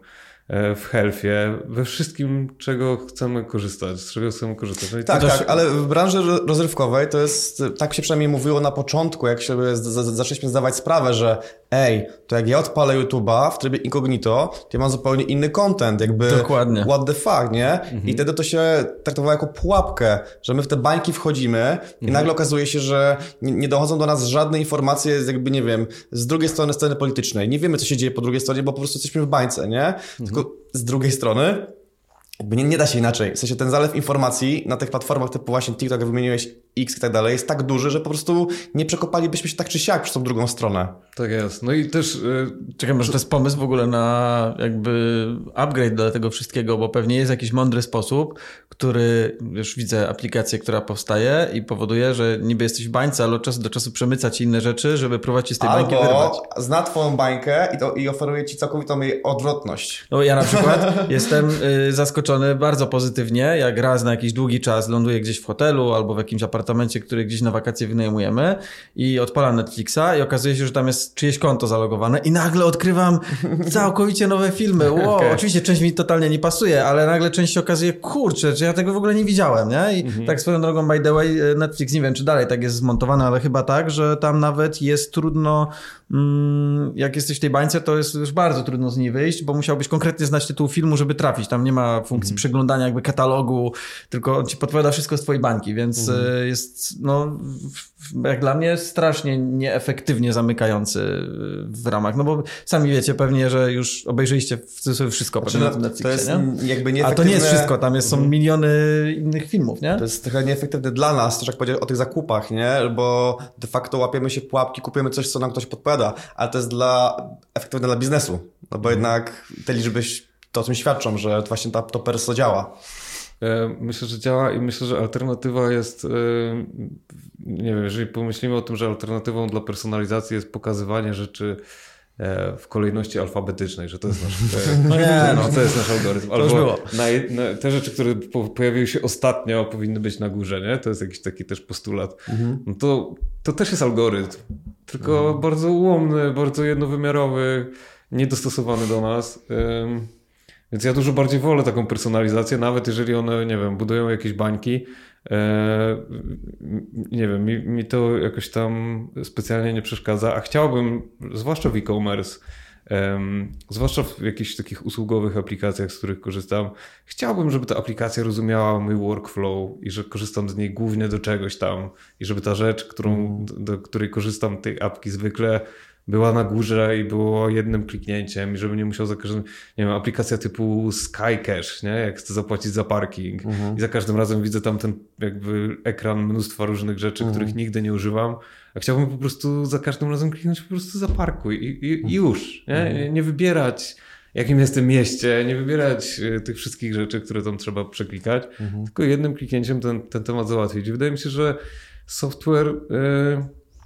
w healthie, we wszystkim, czego chcemy korzystać, z czego chcemy korzystać. No i tak, też... tak, ale w branży rozrywkowej to jest, tak się przynajmniej mówiło na początku, jak się z, z, zaczęliśmy zdawać sprawę, że ej, to jak ja odpalę YouTube'a w trybie incognito, to ja mam zupełnie inny content, jakby dokładnie. What the fuck, nie? Mhm. I wtedy to się traktowało jako pułapkę, że my w te bańki wchodzimy mhm. i nagle okazuje się, że nie, nie dochodzą do nas żadne informacje z jakby, nie wiem, z drugiej strony sceny politycznej. Nie wiemy, co się dzieje po drugiej stronie, bo po prostu jesteśmy w bańce, nie? Mhm. Tylko z drugiej strony jakby nie, nie da się inaczej. W sensie ten zalew informacji na tych platformach typu właśnie TikTok, jak wymieniłeś, X i tak dalej, jest tak duży, że po prostu nie przekopalibyśmy się tak czy siak przez tą drugą stronę. Tak jest. No i też... Yy... Czekaj, może to jest pomysł w ogóle na jakby upgrade do tego wszystkiego, bo pewnie jest jakiś mądry sposób, który, już widzę aplikację, która powstaje i powoduje, że niby jesteś w bańce, ale od czasu do czasu przemyca ci inne rzeczy, żeby próbować ci z tej Albo bańki wyrwać. zna twoją bańkę i, to, i oferuje ci całkowitą jej odwrotność. No ja na przykład jestem y, zaskoczony bardzo pozytywnie, jak raz na jakiś długi czas ląduję gdzieś w hotelu albo w jakimś apartamencie, który gdzieś na wakacje wynajmujemy i odpalam Netflixa i okazuje się, że tam jest czyjeś konto zalogowane i nagle odkrywam całkowicie nowe filmy. Wow, okay. Oczywiście część mi totalnie nie pasuje, ale nagle część się okazuje, kurczę, że ja tego w ogóle nie widziałem, nie? I mhm. tak swoją drogą, by the way, Netflix, nie wiem, czy dalej tak jest zmontowane, ale chyba tak, że tam nawet jest trudno, mm, jak jesteś w tej bańce, to jest już bardzo trudno z niej wyjść, bo musiałbyś konkretnie znać tytuł filmu, żeby trafić. Tam nie ma funkcji mhm. przeglądania jakby katalogu, tylko on ci podpowiada wszystko z twojej bańki, więc mhm. jest, no, jak dla mnie strasznie nieefektywnie zamykający w ramach, no bo sami wiecie pewnie, że już obejrzyliście w cudzysłowie wszystko znaczy, pewnie no, na Netflixie, to jest nie? jakby A to nie jest wszystko, tam jest, są mhm. miliony innych filmów, nie? To jest trochę nieefektywne dla nas, też jak powiedzieć o tych zakupach, nie? Bo de facto łapiemy się pułapki, kupujemy coś, co nam ktoś podpowiada, ale to jest dla efektywne dla biznesu, no bo mhm. jednak te liczby to o tym świadczą, że właśnie ta, to perso działa. Myślę, że działa i myślę, że alternatywa jest, nie wiem, jeżeli pomyślimy o tym, że alternatywą dla personalizacji jest pokazywanie rzeczy w kolejności alfabetycznej, że to jest nasz, no nie, no. to jest nasz algorytm. Albo to już było. Na, na, te rzeczy, które po, pojawiły się ostatnio, powinny być na górze, nie? To jest jakiś taki też postulat. Mhm. No to, to też jest algorytm, tylko mhm. bardzo ułomny, bardzo jednowymiarowy, niedostosowany do nas. Um, więc ja dużo bardziej wolę taką personalizację, nawet jeżeli one, nie wiem, budują jakieś bańki. E, nie wiem, mi, mi to jakoś tam specjalnie nie przeszkadza, a chciałbym, zwłaszcza w e-commerce, um, zwłaszcza w jakichś takich usługowych aplikacjach, z których korzystam, chciałbym, żeby ta aplikacja rozumiała mój workflow i że korzystam z niej głównie do czegoś tam i żeby ta rzecz, którą, do, do której korzystam, tej apki zwykle, była na górze i było jednym kliknięciem i żeby nie musiał za każdym, nie wiem, aplikacja typu Skycash, nie? Jak chcę zapłacić za parking mhm. i za każdym razem widzę tam ten jakby ekran mnóstwa różnych rzeczy, mhm. których nigdy nie używam, a chciałbym po prostu za każdym razem kliknąć po prostu zaparkuj i, i, i już, nie? Mhm. nie wybierać jakim jest tym mieście, nie wybierać tych wszystkich rzeczy, które tam trzeba przeklikać, mhm. tylko jednym kliknięciem ten, ten temat załatwić. I wydaje mi się, że software yy,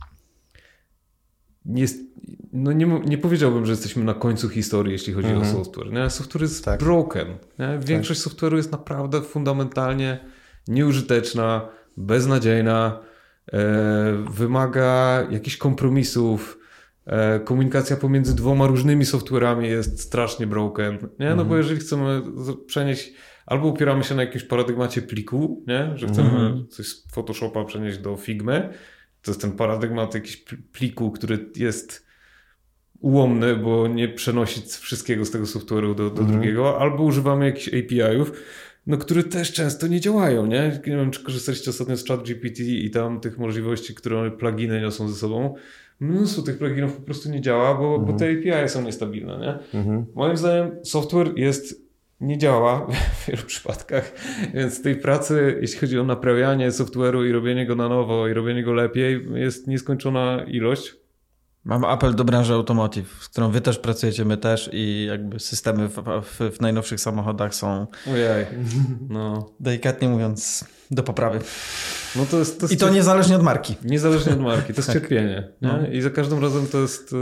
jest, no nie, nie powiedziałbym, że jesteśmy na końcu historii, jeśli chodzi mm-hmm. o software. Nie? Software jest tak. broken. Nie? Większość tak. software'u jest naprawdę fundamentalnie nieużyteczna, beznadziejna, e, wymaga jakichś kompromisów. E, komunikacja pomiędzy dwoma różnymi software'ami jest strasznie broken. Nie? No mm-hmm. bo jeżeli chcemy przenieść, albo opieramy się na jakimś paradygmacie pliku, nie? Że chcemy mm-hmm. coś z Photoshopa przenieść do Figmy, to jest ten paradygmat jakiś pliku, który jest ułomny, bo nie przenosi wszystkiego z tego software'u do, do mm. drugiego, albo używamy jakichś A P I-ów, no, które też często nie działają, nie? Nie wiem, czy korzystaliście ostatnio z ChatGPT i tam tych możliwości, które pluginy niosą ze sobą. Mnóstwo tych pluginów po prostu nie działa, bo, mm. bo te A P I są niestabilne, nie? Mm-hmm. Moim zdaniem software jest nie działa w wielu przypadkach, więc tej pracy, jeśli chodzi o naprawianie software'u i robienie go na nowo i robienie go lepiej, jest nieskończona ilość. Mam apel do branży automotive, z którą wy też pracujecie, my też i jakby systemy w, w, w najnowszych samochodach są, ojej, no. delikatnie mówiąc, do poprawy. No to jest, to jest I to cier... niezależnie od marki. Niezależnie od marki, to jest tak. cierpienie. Nie? No. I za każdym razem to jest...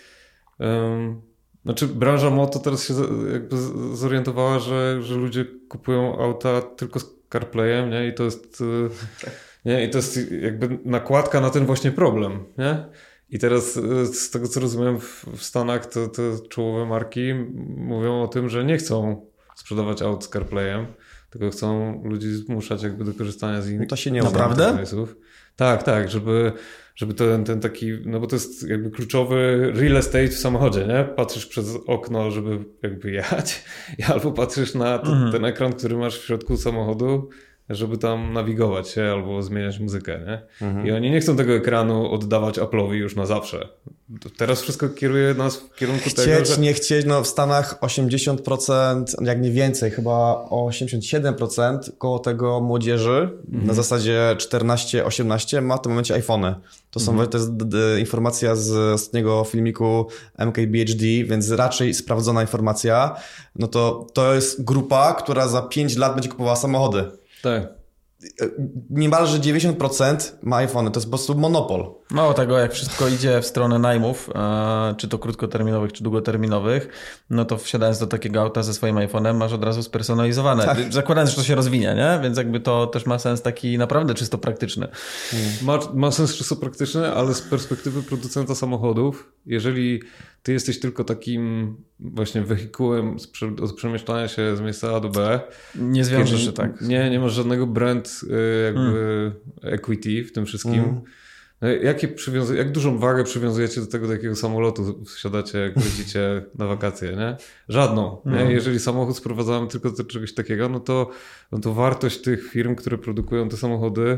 Um, Znaczy branża moto teraz się jakby zorientowała, że, że ludzie kupują auta tylko z CarPlayem, nie? I to jest nie? I to jest jakby nakładka na ten właśnie problem, nie? I teraz z tego co rozumiem w, w Stanach to, to czołowe marki mówią o tym, że nie chcą sprzedawać aut z CarPlayem, tylko chcą ludzi zmuszać jakby do korzystania z innych. To się nie naprawdę? Tak, tak, żeby żeby ten, ten taki, no bo to jest jakby kluczowy real estate w samochodzie, nie? Patrzysz przez okno, żeby jakby jechać i albo patrzysz na ten, mhm. ten ekran, który masz w środku samochodu, żeby tam nawigować się albo zmieniać muzykę, nie? Mhm. I oni nie chcą tego ekranu oddawać Apple'owi już na zawsze. Teraz wszystko kieruje nas w kierunku chcieć, tego, że... nie chcieć, no w Stanach osiemdziesiąt procent, jak nie więcej, chyba osiemdziesiąt siedem procent koło tego młodzieży mhm. na zasadzie czternaście osiemnaście ma w tym momencie iPhony. To są, mhm. to jest d- d- informacja z ostatniego filmiku M K B H D, więc raczej sprawdzona informacja. No to to jest grupa, która za pięć lat będzie kupowała samochody. Tak. Niemalże dziewięćdziesiąt procent ma iPhony, to jest po prostu monopol. Mało tego, jak wszystko idzie w stronę najmów, e, czy to krótkoterminowych, czy długoterminowych, no to wsiadając do takiego auta ze swoim iPhone'em masz od razu spersonalizowane. Tak. Zakładając, że to się rozwinie, nie? Więc jakby to też ma sens taki naprawdę czysto praktyczny. Hmm. Ma, ma sens czysto praktyczny, ale z perspektywy producenta samochodów, jeżeli ty jesteś tylko takim właśnie wehikułem do przemieszczania się z miejsca A do B. Nie zwiążesz się tak. Nie, nie masz żadnego brand jakby hmm. equity w tym wszystkim. Hmm. Jakie przywiązu- jak dużą wagę przywiązujecie do tego, do jakiego samolotu wsiadacie, jak jedziecie na wakacje, nie? Żadną. Nie? Hmm. Jeżeli samochód sprowadzamy tylko do czegoś takiego, no to, no to wartość tych firm, które produkują te samochody,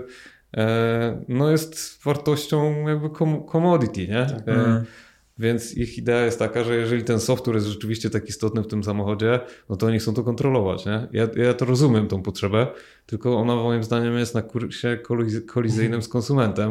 e, no jest wartością jakby kom- commodity, nie? Tak. E, Więc ich idea jest taka, że jeżeli ten software jest rzeczywiście tak istotny w tym samochodzie, no to oni chcą to kontrolować, nie? Ja, ja to rozumiem, tą potrzebę, tylko ona moim zdaniem jest na kursie koliz- kolizyjnym z konsumentem,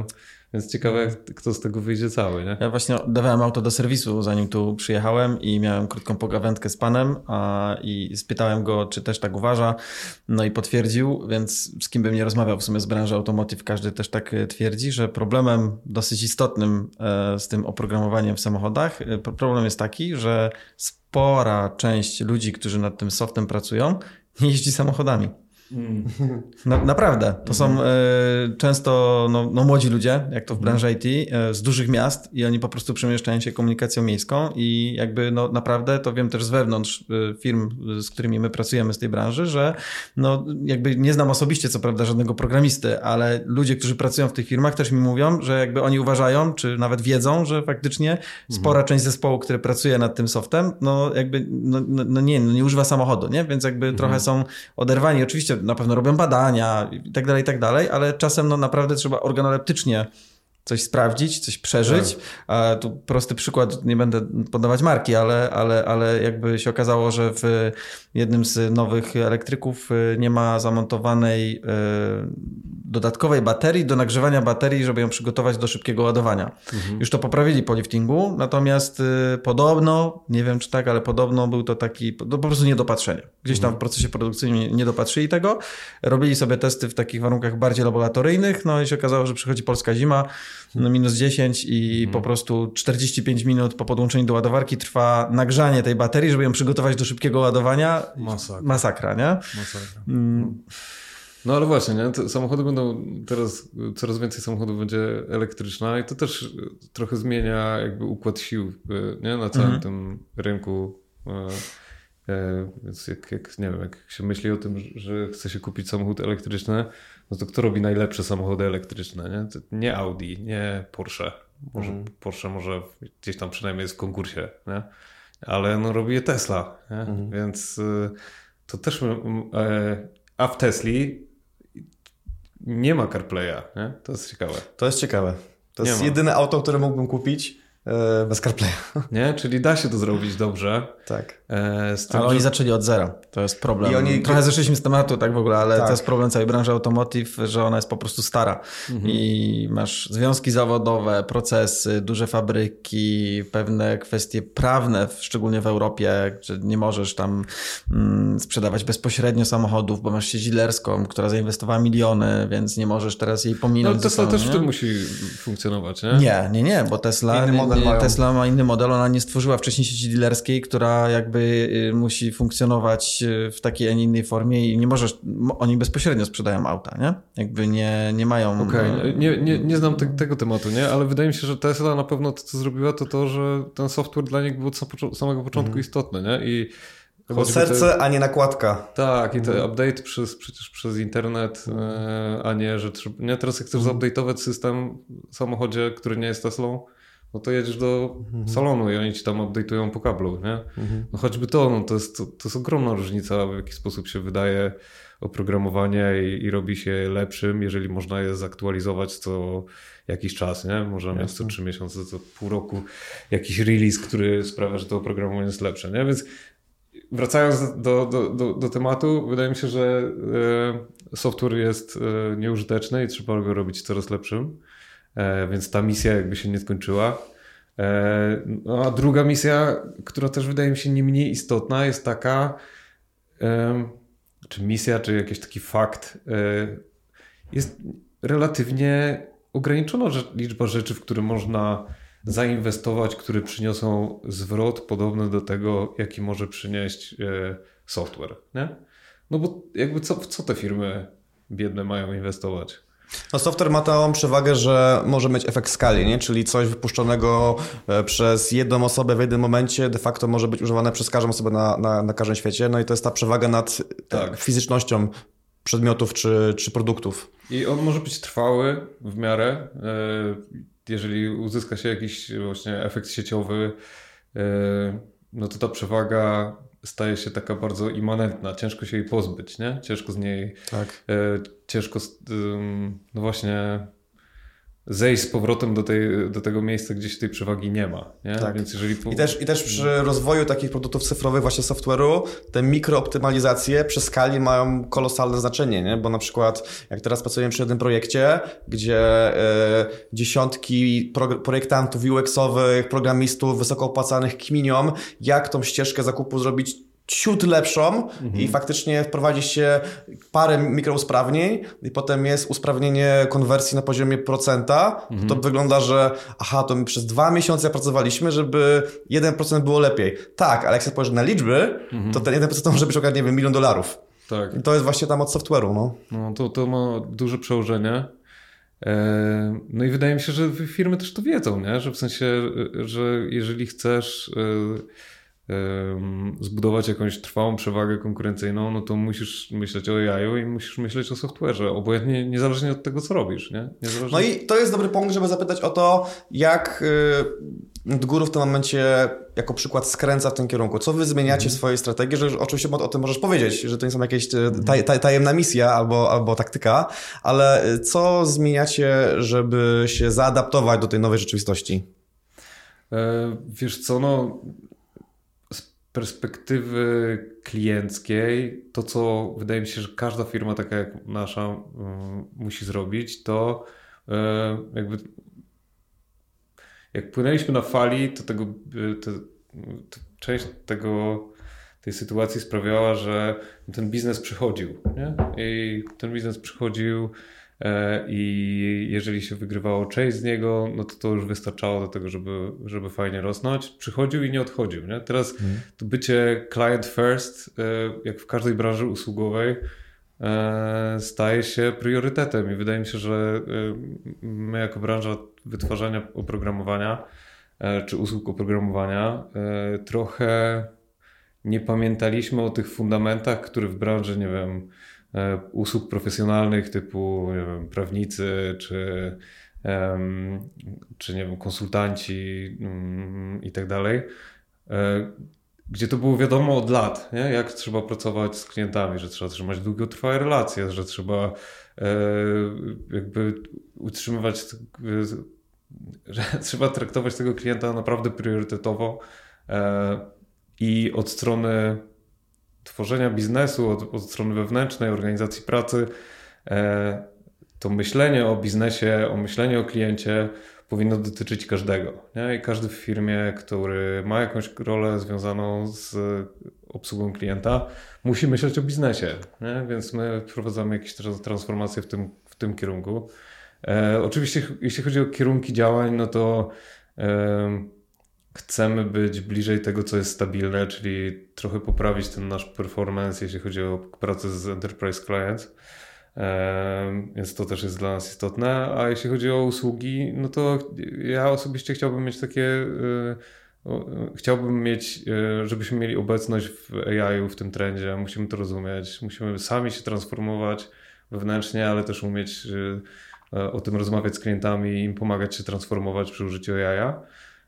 Więc ciekawe, jak, kto z tego wyjdzie cały, nie? Ja właśnie oddawałem auto do serwisu, zanim tu przyjechałem i miałem krótką pogawędkę z panem a, i spytałem go, czy też tak uważa. No i potwierdził, więc z kim bym nie rozmawiał w sumie z branży automotive, każdy też tak twierdzi, że problemem dosyć istotnym e, z tym oprogramowaniem w samochodach, e, problem jest taki, że spora część ludzi, którzy nad tym softem pracują, nie jeździ samochodami. Mm. Na, naprawdę. To są e, często no, no, młodzi ludzie, jak to w branży I T, e, z dużych miast i oni po prostu przemieszczają się komunikacją miejską i jakby no, naprawdę to wiem też z wewnątrz e, firm, z którymi my pracujemy z tej branży, że no, jakby nie znam osobiście co prawda żadnego programisty, ale ludzie, którzy pracują w tych firmach też mi mówią, że jakby oni uważają, czy nawet wiedzą, że faktycznie spora część zespołu, który pracuje nad tym softem, no jakby no, no nie, no nie używa samochodu, nie? Więc jakby mhm. trochę są oderwani. Oczywiście na pewno robią badania i tak dalej, i tak dalej, ale czasem no naprawdę trzeba organoleptycznie coś sprawdzić, coś przeżyć. Tak. A tu prosty przykład, nie będę podawać marki, ale, ale, ale jakby się okazało, że w jednym z nowych elektryków nie ma zamontowanej dodatkowej baterii do nagrzewania baterii, żeby ją przygotować do szybkiego ładowania. Mhm. Już to poprawili po liftingu, natomiast podobno, nie wiem czy tak, ale podobno był to taki po prostu niedopatrzenie. Gdzieś tam mhm. w procesie produkcyjnym nie dopatrzyli tego. Robili sobie testy w takich warunkach bardziej laboratoryjnych, no i się okazało, że przychodzi polska zima, no minus dziesięć i mhm. po prostu czterdzieści pięć minut po podłączeniu do ładowarki trwa nagrzanie tej baterii, żeby ją przygotować do szybkiego ładowania. Masakra. Masakra, nie? Masakra. Mm. No ale właśnie, nie? Te samochody będą teraz, coraz więcej samochodów będzie elektryczna i to też trochę zmienia jakby układ sił, nie? Na całym mhm. tym rynku. Więc jak, jak, nie wiem, jak się myśli o tym, że chce się kupić samochód elektryczny, no to kto robi najlepsze samochody elektryczne, nie? To nie Audi, nie Porsche. Może mm. Porsche może gdzieś tam przynajmniej jest w konkursie, nie? Ale no robi je Tesla, nie? Mm. Więc y, to też... Y, a w Tesli nie ma CarPlaya, nie? To jest ciekawe. To jest ciekawe. To jest jedyne auto, które mógłbym kupić bez CarPlaya. Nie? Czyli da się to zrobić dobrze. Tak. E, z tym, ale że... oni zaczęli od zera. To jest problem. I oni... Trochę zeszliśmy z tematu tak w ogóle, ale tak. To jest problem całej branży automotive, że ona jest po prostu stara. Mhm. I masz związki zawodowe, procesy, duże fabryki, pewne kwestie prawne, szczególnie w Europie, że nie możesz tam mm, sprzedawać bezpośrednio samochodów, bo masz sieć dealerską, która zainwestowała miliony, więc nie możesz teraz jej pominąć. No Tesla też w tym musi funkcjonować, nie? Nie, nie, nie, bo Tesla, nie, Tesla ma inny model, ona nie stworzyła wcześniej sieci dealerskiej, która jakby musi funkcjonować w takiej, a nie innej formie i nie możesz, oni bezpośrednio sprzedają auta, nie? Jakby nie, nie mają... Okej, okay. nie, nie, nie znam te, tego tematu, nie? Ale wydaje mi się, że Tesla na pewno to, co zrobiła, to to, że ten software dla nich był od samego początku mhm. istotny, nie? I to było serce, te... a nie nakładka. Tak, i te update przez, przecież przez internet, a nie, że trzeba... Nie, teraz jak chcesz zupdate'ować system w samochodzie, który nie jest Teslą, no to jedziesz do mhm. salonu i oni ci tam update'ują po kablu, nie? Mhm. No choćby to, no to jest, to, to jest ogromna różnica, w jaki sposób się wydaje oprogramowanie i, i robi się lepszym, jeżeli można je zaktualizować co jakiś czas, nie? Można mieć co trzy miesiące, co pół roku jakiś release, który sprawia, że to oprogramowanie jest lepsze, nie? Więc wracając do, do, do, do tematu, wydaje mi się, że e, software jest e, nieużyteczny i trzeba go robić coraz lepszym. E, więc ta misja jakby się nie skończyła. E, no a druga misja, która też wydaje mi się nie mniej istotna, jest taka, e, czy misja, czy jakiś taki fakt, e, jest relatywnie ograniczona rzecz, liczba rzeczy, w które można zainwestować, które przyniosą zwrot podobny do tego, jaki może przynieść e, software, nie? No bo jakby co, w co te firmy biedne mają inwestować? No software ma tą przewagę, że może mieć efekt skali, nie? Czyli coś wypuszczonego przez jedną osobę w jednym momencie de facto może być używane przez każdą osobę na, na, na każdym świecie. No i to jest ta przewaga nad tak. fizycznością przedmiotów czy, czy produktów. I on może być trwały w miarę, jeżeli uzyska się jakiś właśnie efekt sieciowy, no to ta przewaga staje się taka bardzo immanentna, ciężko się jej pozbyć, nie? Ciężko z niej, tak. e, ciężko, z, no właśnie, zejść z powrotem do, tej, do tego miejsca, gdzie się tej przewagi nie ma. Nie? Tak. Więc jeżeli po... I, też, I też przy rozwoju takich produktów cyfrowych, właśnie software'u, te mikrooptymalizacje przy skali mają kolosalne znaczenie, nie? Bo na przykład jak teraz pracujemy przy jednym projekcie, gdzie y, dziesiątki pro, projektantów U X-owych, programistów, wysoko opłacanych kminią, jak tą ścieżkę zakupu zrobić ciut lepszą mhm. i faktycznie wprowadzi się parę mikrousprawnień i potem jest usprawnienie konwersji na poziomie procenta, mhm. to wygląda, że aha, to my przez dwa miesiące pracowaliśmy, żeby jeden procent było lepiej. Tak, ale jak się spojrzy na liczby, mhm. to ten jeden procent to może być około, nie wiem, milion dolarów. Tak. I to jest właśnie tam od software'u, no. No to, to ma duże przełożenie. No i wydaje mi się, że firmy też to wiedzą, nie? Że w sensie, że jeżeli chcesz zbudować jakąś trwałą przewagę konkurencyjną, no to musisz myśleć o A I-u i musisz myśleć o software'ze, obojętnie, niezależnie od tego, co robisz, nie? Niezależnie... No i to jest dobry punkt, żeby zapytać o to, jak NetGuru w tym momencie jako przykład skręca w tym kierunku. Co wy zmieniacie w swojej strategii? Że oczywiście o tym możesz powiedzieć, że to nie są jakieś taj, taj, tajemna misja albo, albo taktyka, ale co zmieniacie, żeby się zaadaptować do tej nowej rzeczywistości? E, wiesz co, no z perspektywy klienckiej, to co wydaje mi się, że każda firma taka jak nasza y, musi zrobić, to y, jakby jak płynęliśmy na fali, to, tego, to, to część tego, tej sytuacji sprawiała, że ten biznes przychodził. Nie? I ten biznes przychodził e, i jeżeli się wygrywało część z niego, no to to już wystarczało do tego, żeby, żeby fajnie rosnąć. Przychodził i nie odchodził. Nie? Teraz hmm. to bycie client first, e, jak w każdej branży usługowej, e, staje się priorytetem i wydaje mi się, że e, my jako branża wytwarzania oprogramowania e, czy usług oprogramowania e, trochę nie pamiętaliśmy o tych fundamentach, które w branży, nie wiem, e, usług profesjonalnych typu, nie wiem, prawnicy czy, em, czy nie wiem, konsultanci mm, i tak dalej, e, gdzie to było wiadomo od lat, nie? Jak trzeba pracować z klientami, że trzeba trzymać długotrwałe relacje, że trzeba e, jakby utrzymywać, że trzeba traktować tego klienta naprawdę priorytetowo e, i od strony tworzenia biznesu, od, od strony wewnętrznej, organizacji pracy, e, to myślenie o biznesie, o myślenie o kliencie powinno dotyczyć każdego. Nie? I każdy w firmie, który ma jakąś rolę związaną z obsługą klienta, musi myśleć o biznesie. Nie? Więc my wprowadzamy jakieś transformacje w tym, w tym kierunku. E, oczywiście jeśli chodzi o kierunki działań, no to e, chcemy być bliżej tego, co jest stabilne, czyli trochę poprawić ten nasz performance, jeśli chodzi o pracę z Enterprise Clients. Więc to też jest dla nas istotne. A jeśli chodzi o usługi, no to ja osobiście chciałbym mieć takie, chciałbym mieć, żebyśmy mieli obecność w A I-u, w tym trendzie. Musimy to rozumieć, musimy sami się transformować wewnętrznie, ale też umieć o tym rozmawiać z klientami i im pomagać się transformować przy użyciu A I-a.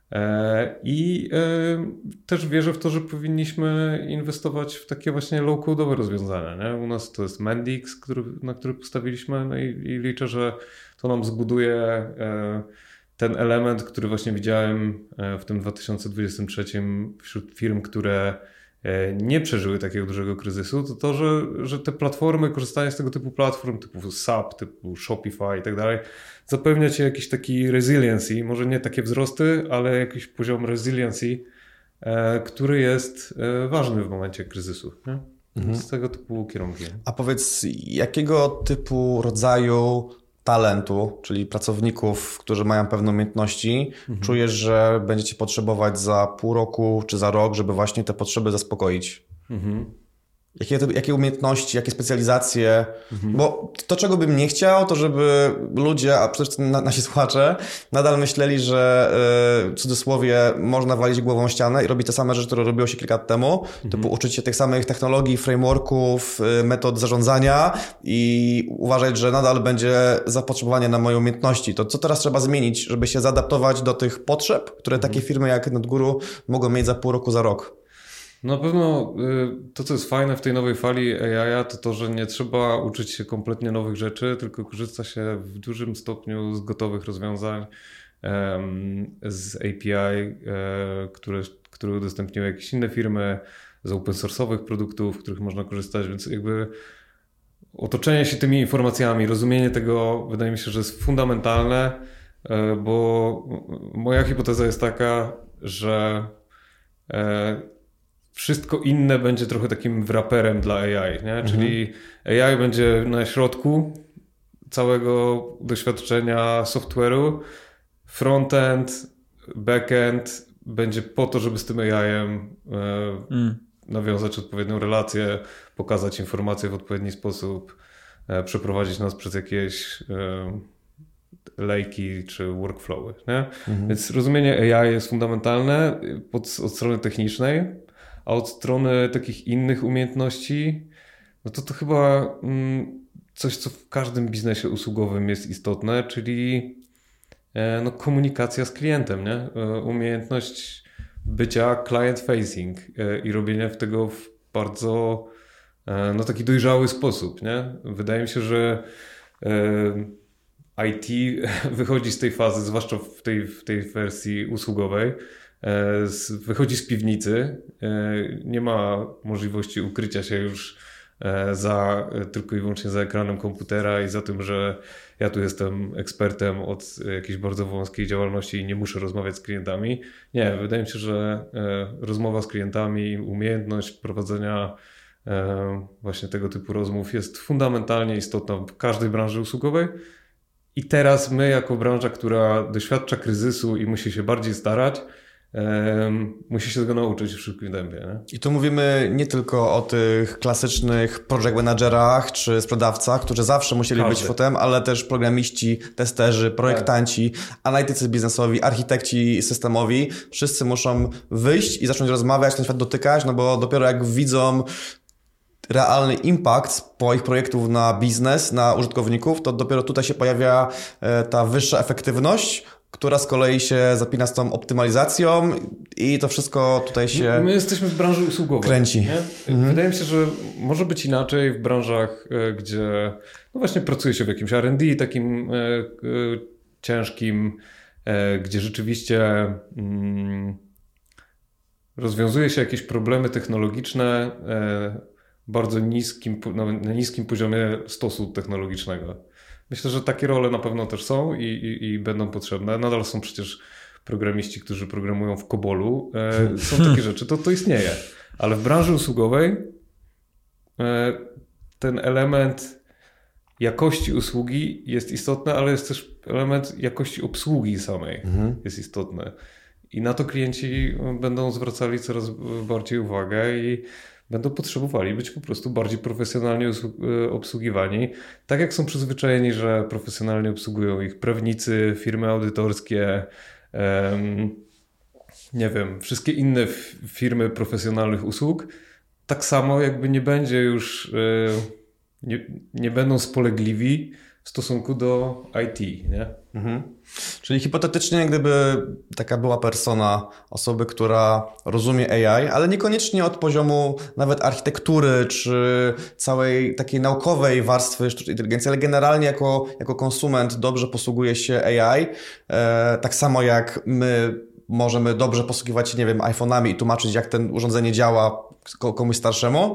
I też wierzę w to, że powinniśmy inwestować w takie właśnie low-code'owe rozwiązania. Nie? U nas to jest Mendix, który, na który postawiliśmy, no i, i liczę, że to nam zbuduje ten element, który właśnie widziałem w tym dwa tysiące dwudziestym trzecim wśród firm, które nie przeżyły takiego dużego kryzysu, to to, że, że te platformy, korzystanie z tego typu platform, typu S A P, typu Shopify i tak dalej, zapewnia ci jakiś taki resiliency, może nie takie wzrosty, ale jakiś poziom resiliency, e, który jest e, ważny w momencie kryzysu. Nie? Mhm. Z tego typu kierunki. A powiedz, jakiego typu rodzaju talentu, czyli pracowników, którzy mają pewne umiejętności, mhm. czujesz, że będziecie potrzebować za pół roku czy za rok, żeby właśnie te potrzeby zaspokoić? Mhm. Jakie, jakie umiejętności, jakie specjalizacje? Mhm. Bo to, czego bym nie chciał, to żeby ludzie, a przede wszystkim nasi słuchacze, nadal myśleli, że w cudzysłowie można walić głową ścianę i robić te same rzeczy, które robiło się kilka lat temu, mhm. typu uczyć się tych samych technologii, frameworków, metod zarządzania i uważać, że nadal będzie zapotrzebowanie na moje umiejętności. To co teraz trzeba zmienić, żeby się zaadaptować do tych potrzeb, które mhm. takie firmy jak NetGuru mogą mieć za pół roku, za rok? Na pewno to, co jest fajne w tej nowej fali A I, to to, że nie trzeba uczyć się kompletnie nowych rzeczy, tylko korzysta się w dużym stopniu z gotowych rozwiązań, z A P I, które, które udostępniły jakieś inne firmy, z open source'owych produktów, których można korzystać, więc jakby otoczenie się tymi informacjami, rozumienie tego wydaje mi się, że jest fundamentalne, bo moja hipoteza jest taka, że wszystko inne będzie trochę takim wraperem dla A I, nie? Czyli A I będzie na środku całego doświadczenia software'u, frontend, backend będzie po to, żeby z tym A I-em mm. nawiązać odpowiednią relację, pokazać informacje w odpowiedni sposób, przeprowadzić nas przez jakieś lejki czy workflowy. Nie? Mhm. Więc rozumienie A I jest fundamentalne od, od strony technicznej, a od strony takich innych umiejętności, no to to chyba mm, coś, co w każdym biznesie usługowym jest istotne, czyli no, komunikacja z klientem, nie? Umiejętność bycia client facing i robienia tego w bardzo no, taki dojrzały sposób. Nie? Wydaje mi się, że I T wychodzi z tej fazy, zwłaszcza w tej, w tej wersji usługowej, wychodzi z piwnicy, nie ma możliwości ukrycia się już za, tylko i wyłącznie za ekranem komputera i za tym, że ja tu jestem ekspertem od jakiejś bardzo wąskiej działalności i nie muszę rozmawiać z klientami. Nie, wydaje mi się, że rozmowa z klientami, umiejętność prowadzenia właśnie tego typu rozmów jest fundamentalnie istotna w każdej branży usługowej. I teraz my jako branża, która doświadcza kryzysu i musi się bardziej starać, Um, musi się tego nauczyć w szybkim tempie. Nie? I tu mówimy nie tylko o tych klasycznych project managerach czy sprzedawcach, którzy zawsze musieli Każdy. być fotem, ale też programiści, testerzy, projektanci, tak. analitycy biznesowi, architekci systemowi. Wszyscy muszą wyjść i zacząć rozmawiać, ten świat dotykać, no bo dopiero jak widzą realny impact swoich projektów na biznes, na użytkowników, to dopiero tutaj się pojawia ta wyższa efektywność, która z kolei się zapina z tą optymalizacją i to wszystko tutaj się My jesteśmy w branży usługowej. Kręci. Nie? Mhm. Wydaje mi się, że może być inaczej w branżach, gdzie no właśnie pracuje się w jakimś R and D takim e, e, ciężkim, e, gdzie rzeczywiście mm, rozwiązuje się jakieś problemy technologiczne e, bardzo niskim, na, na niskim poziomie stosu technologicznego. Myślę, że takie role na pewno też są i, i, i będą potrzebne. Nadal są przecież programiści, którzy programują w Kobolu. E, są takie rzeczy, to, to istnieje. Ale w branży usługowej e, ten element jakości usługi jest istotny, ale jest też element jakości obsługi samej mhm. jest istotny. I na to klienci będą zwracali coraz bardziej uwagę i będą potrzebowali być po prostu bardziej profesjonalnie obsługiwani. Tak jak są przyzwyczajeni, że profesjonalnie obsługują ich prawnicy, firmy audytorskie, um, nie wiem, wszystkie inne firmy profesjonalnych usług, tak samo jakby nie będzie już, nie, nie będą spolegliwi w stosunku do I T, nie? Mhm. Czyli hipotetycznie, gdyby taka była persona osoby, która rozumie A I, ale niekoniecznie od poziomu nawet architektury, czy całej takiej naukowej warstwy sztucznej inteligencji, ale generalnie jako, jako konsument dobrze posługuje się A I, e, tak samo jak my możemy dobrze posługiwać się, nie wiem, iPhone'ami i tłumaczyć, jak ten urządzenie działa komuś starszemu,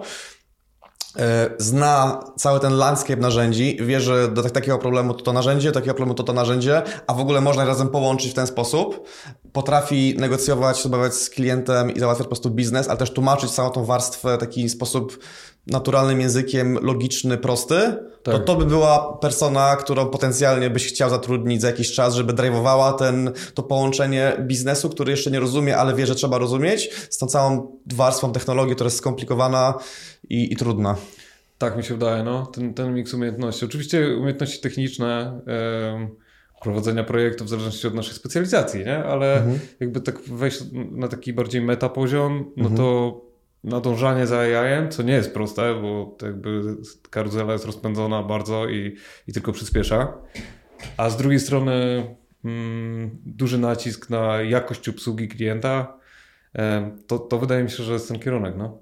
zna cały ten landscape narzędzi, wie, że do takiego problemu to to narzędzie, do takiego problemu to to narzędzie, a w ogóle można je razem połączyć w ten sposób. Potrafi negocjować, rozmawiać z klientem i załatwiać po prostu biznes, ale też tłumaczyć całą tą warstwę w taki sposób naturalnym językiem, logiczny, prosty. Tak. To to by była persona, którą potencjalnie byś chciał zatrudnić za jakiś czas, żeby drive'owała ten, to połączenie biznesu, który jeszcze nie rozumie, ale wie, że trzeba rozumieć, z tą całą warstwą technologii, która jest skomplikowana i, i trudna. Tak mi się wydaje, no. Ten, ten miks umiejętności. Oczywiście umiejętności techniczne, yy, prowadzenia projektów w zależności od naszej specjalizacji, nie? Ale mhm. jakby tak wejść na taki bardziej meta poziom, no mhm. to nadążanie za A I-em, co nie jest proste, bo to jakby karuzela jest rozpędzona bardzo i, i tylko przyspiesza. A z drugiej strony mm, duży nacisk na jakość obsługi klienta, to, to wydaje mi się, że jest ten kierunek, no.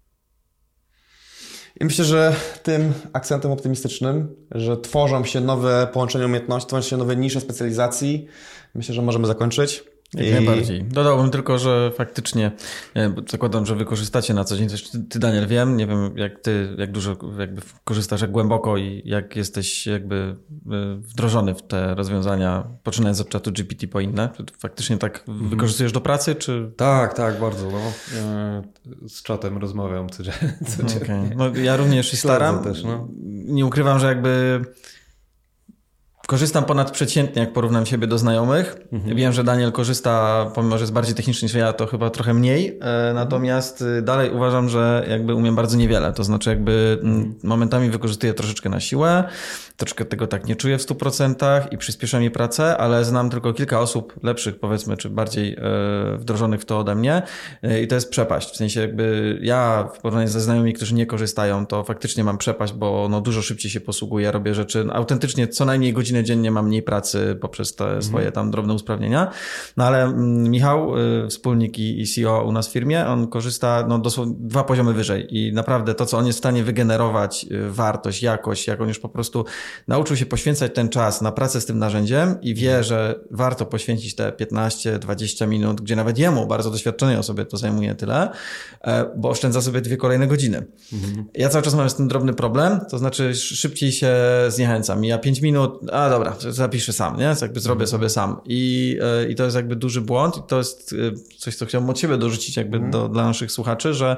I myślę, że tym akcentem optymistycznym, że tworzą się nowe połączenia umiejętności, tworzą się nowe nisze specjalizacji, myślę, że możemy zakończyć. Jak I... najbardziej. Dodałbym tylko, że faktycznie zakładam, że wy korzystacie na co dzień. Też ty, ty, Daniel, wiem, nie wiem jak ty, jak dużo jakby korzystasz, jak głęboko i jak jesteś jakby wdrożony w te rozwiązania, poczynając od czatu G P T po inne. Czy faktycznie tak mm. wykorzystujesz do pracy, czy... Tak, tak, bardzo. No. Z czatem rozmawiam codziennie. Okay. No, ja również się staram. Też, no. Nie ukrywam, że jakby... Korzystam ponadprzeciętnie, jak porównam siebie do znajomych. Mhm. Wiem, że Daniel korzysta, pomimo że jest bardziej techniczny niż ja, to chyba trochę mniej. E, natomiast dalej uważam, że jakby umiem bardzo niewiele. To znaczy jakby mhm. momentami wykorzystuję troszeczkę na siłę, troszeczkę tego tak nie czuję w stu procentach i przyspiesza mi pracę, ale znam tylko kilka osób lepszych, powiedzmy, czy bardziej e, wdrożonych w to ode mnie. E, I to jest przepaść. W sensie jakby ja w porównaniu ze znajomymi, którzy nie korzystają, to faktycznie mam przepaść, bo no dużo szybciej się posługuję, robię rzeczy no, autentycznie co najmniej godzinę dziennie mam mniej pracy poprzez te mm. swoje tam drobne usprawnienia. No ale mm, Michał, y, wspólnik i, i C E O u nas w firmie, on korzysta no dosłownie dwa poziomy wyżej i naprawdę to, co on jest w stanie wygenerować, y, wartość, jakość, jak on już po prostu nauczył się poświęcać ten czas na pracę z tym narzędziem i wie, mm. że warto poświęcić te piętnaście dwadzieścia minut, gdzie nawet jemu, bardzo doświadczonej osobie to zajmuje tyle, e, bo oszczędza sobie dwie kolejne godziny. Mm. Ja cały czas mam z tym drobny problem, to znaczy szybciej się zniechęcam. Mija pięć minut, a dobra, zapiszę sam, nie? Jakby zrobię sobie sam. I, i to jest jakby duży błąd i to jest coś, co chciałbym od siebie dorzucić jakby mm. do, dla naszych słuchaczy, że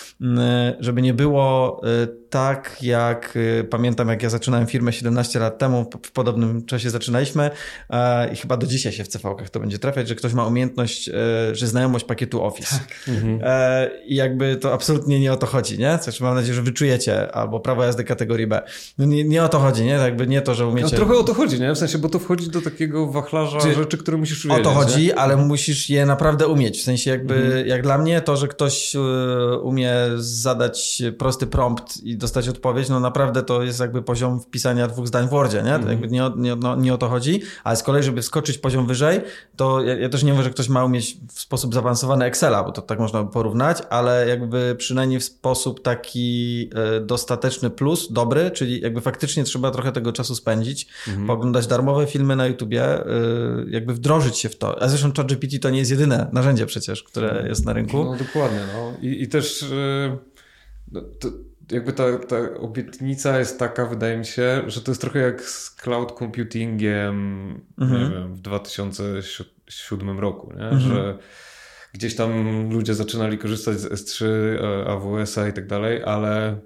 żeby nie było tak, jak pamiętam, jak ja zaczynałem firmę siedemnaście lat temu, w podobnym czasie zaczynaliśmy i chyba do dzisiaj się w C V-kach to będzie trafiać, że ktoś ma umiejętność, że znajomość pakietu Office. Tak. Mhm. I jakby to absolutnie nie o to chodzi, nie? Znaczy mam nadzieję, że wyczujecie, albo prawo jazdy kategorii B. No nie, nie o to chodzi, nie? Jakby nie to, że umiecie... No trochę o to chodzi, nie? W sensie, bo to wchodzi do takiego wachlarza Czy... rzeczy, które musisz wiedzieć. O to chodzi, nie? Ale musisz je naprawdę umieć. W sensie jakby, mhm. jak dla mnie to, że ktoś umie zadać prosty prompt i dostać odpowiedź, no naprawdę to jest jakby poziom wpisania dwóch zdań w Wordzie, nie? Mm. Jakby nie, nie, no, nie o to chodzi, ale z kolei, żeby skoczyć poziom wyżej, to ja, ja też nie mówię, że ktoś ma umieć w sposób zaawansowany Excela, bo to tak można by porównać, ale jakby przynajmniej w sposób taki y, dostateczny plus, dobry, czyli jakby faktycznie trzeba trochę tego czasu spędzić, mm. pooglądać darmowe filmy na YouTubie, y, jakby wdrożyć się w to. A zresztą ChatGPT to nie jest jedyne narzędzie przecież, które jest na rynku. No dokładnie, no. I, i też y, no, to jakby ta, ta obietnica jest taka, wydaje mi się, że to jest trochę jak z cloud computingiem, mhm. nie wiem, w dwa tysiące siódmym roku, nie? Mhm. Że gdzieś tam ludzie zaczynali korzystać z S trzy, A W S-a i tak dalej, ale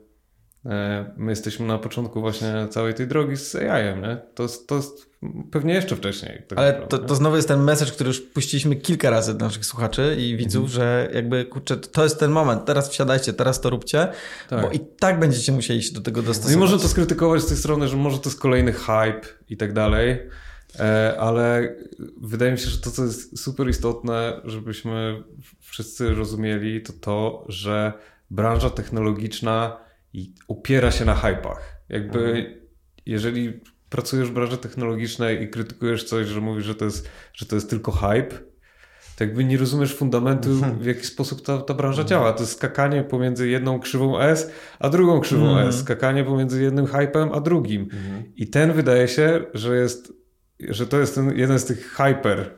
my jesteśmy na początku właśnie całej tej drogi z A I-em, nie? To jest, to jest pewnie jeszcze wcześniej. Tak ale to, to znowu jest ten message, który już puściliśmy kilka razy dla naszych słuchaczy i widzów, mhm. że jakby, kurczę, to jest ten moment, teraz wsiadajcie, teraz to róbcie, tak. bo i tak będziecie musieli się do tego dostosować. No i można to skrytykować z tej strony, że może to jest kolejny hype i tak dalej, ale wydaje mi się, że to, co jest super istotne, żebyśmy wszyscy rozumieli, to to, że branża technologiczna i opiera się na hypach. Jakby mhm. jeżeli pracujesz w branży technologicznej i krytykujesz coś, że mówisz, że to jest, że to jest tylko hype, to jakby nie rozumiesz fundamentu, mhm. w jaki sposób ta, ta branża mhm. działa. To jest skakanie pomiędzy jedną krzywą S, a drugą krzywą mhm. S. Skakanie pomiędzy jednym hypem, a drugim. Mhm. I ten wydaje się, że jest, że to jest ten jeden z tych hyper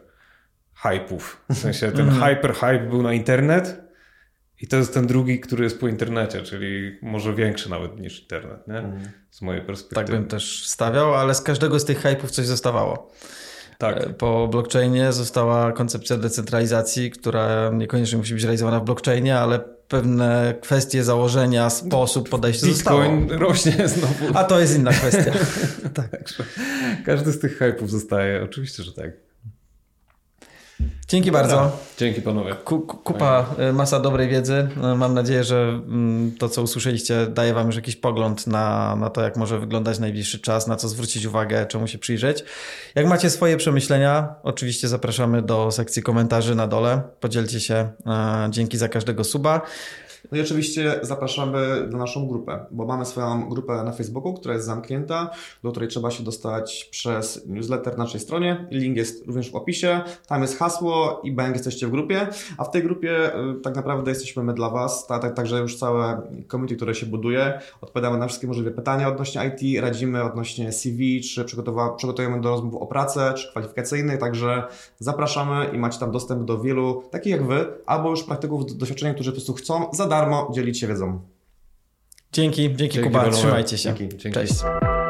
hypów. W sensie ten mhm. hyper hype był na internet, i to jest ten drugi, który jest po internecie, czyli może większy nawet niż internet, nie? Mm. Z mojej perspektywy. Tak bym też stawiał, ale z każdego z tych hype'ów coś zostawało. Tak. Po blockchainie została koncepcja decentralizacji, która niekoniecznie musi być realizowana w blockchainie, ale pewne kwestie, założenia, sposób podejścia zostało. Bitcoin rośnie znowu. A to jest inna kwestia. Tak. Każdy z tych hype'ów zostaje. Oczywiście, że tak. Dzięki bardzo. Dzięki panowie. Kupa, masa dobrej wiedzy. Mam nadzieję, że to, co usłyszeliście, daje wam już jakiś pogląd na, na to, jak może wyglądać najbliższy czas, na co zwrócić uwagę, czemu się przyjrzeć. Jak macie swoje przemyślenia, oczywiście zapraszamy do sekcji komentarzy na dole. Podzielcie się. Dzięki za każdego suba. No i oczywiście zapraszamy na naszą grupę, bo mamy swoją grupę na Facebooku, która jest zamknięta, do której trzeba się dostać przez newsletter na naszej stronie. Link jest również w opisie. Tam jest hasło, było i bang, jesteście w grupie, a w tej grupie tak naprawdę jesteśmy my dla was, tak, tak, także już całe community, które się buduje, odpowiadamy na wszystkie możliwe pytania odnośnie I T, radzimy odnośnie C V, czy przygotowujemy do rozmów o pracę, czy kwalifikacyjnej, także zapraszamy i macie tam dostęp do wielu, takich jak wy, albo już praktyków doświadczenia, którzy po prostu chcą za darmo dzielić się wiedzą. Dzięki, dzięki, dzięki Kuba, trzymajcie się. Dzięki. Cześć.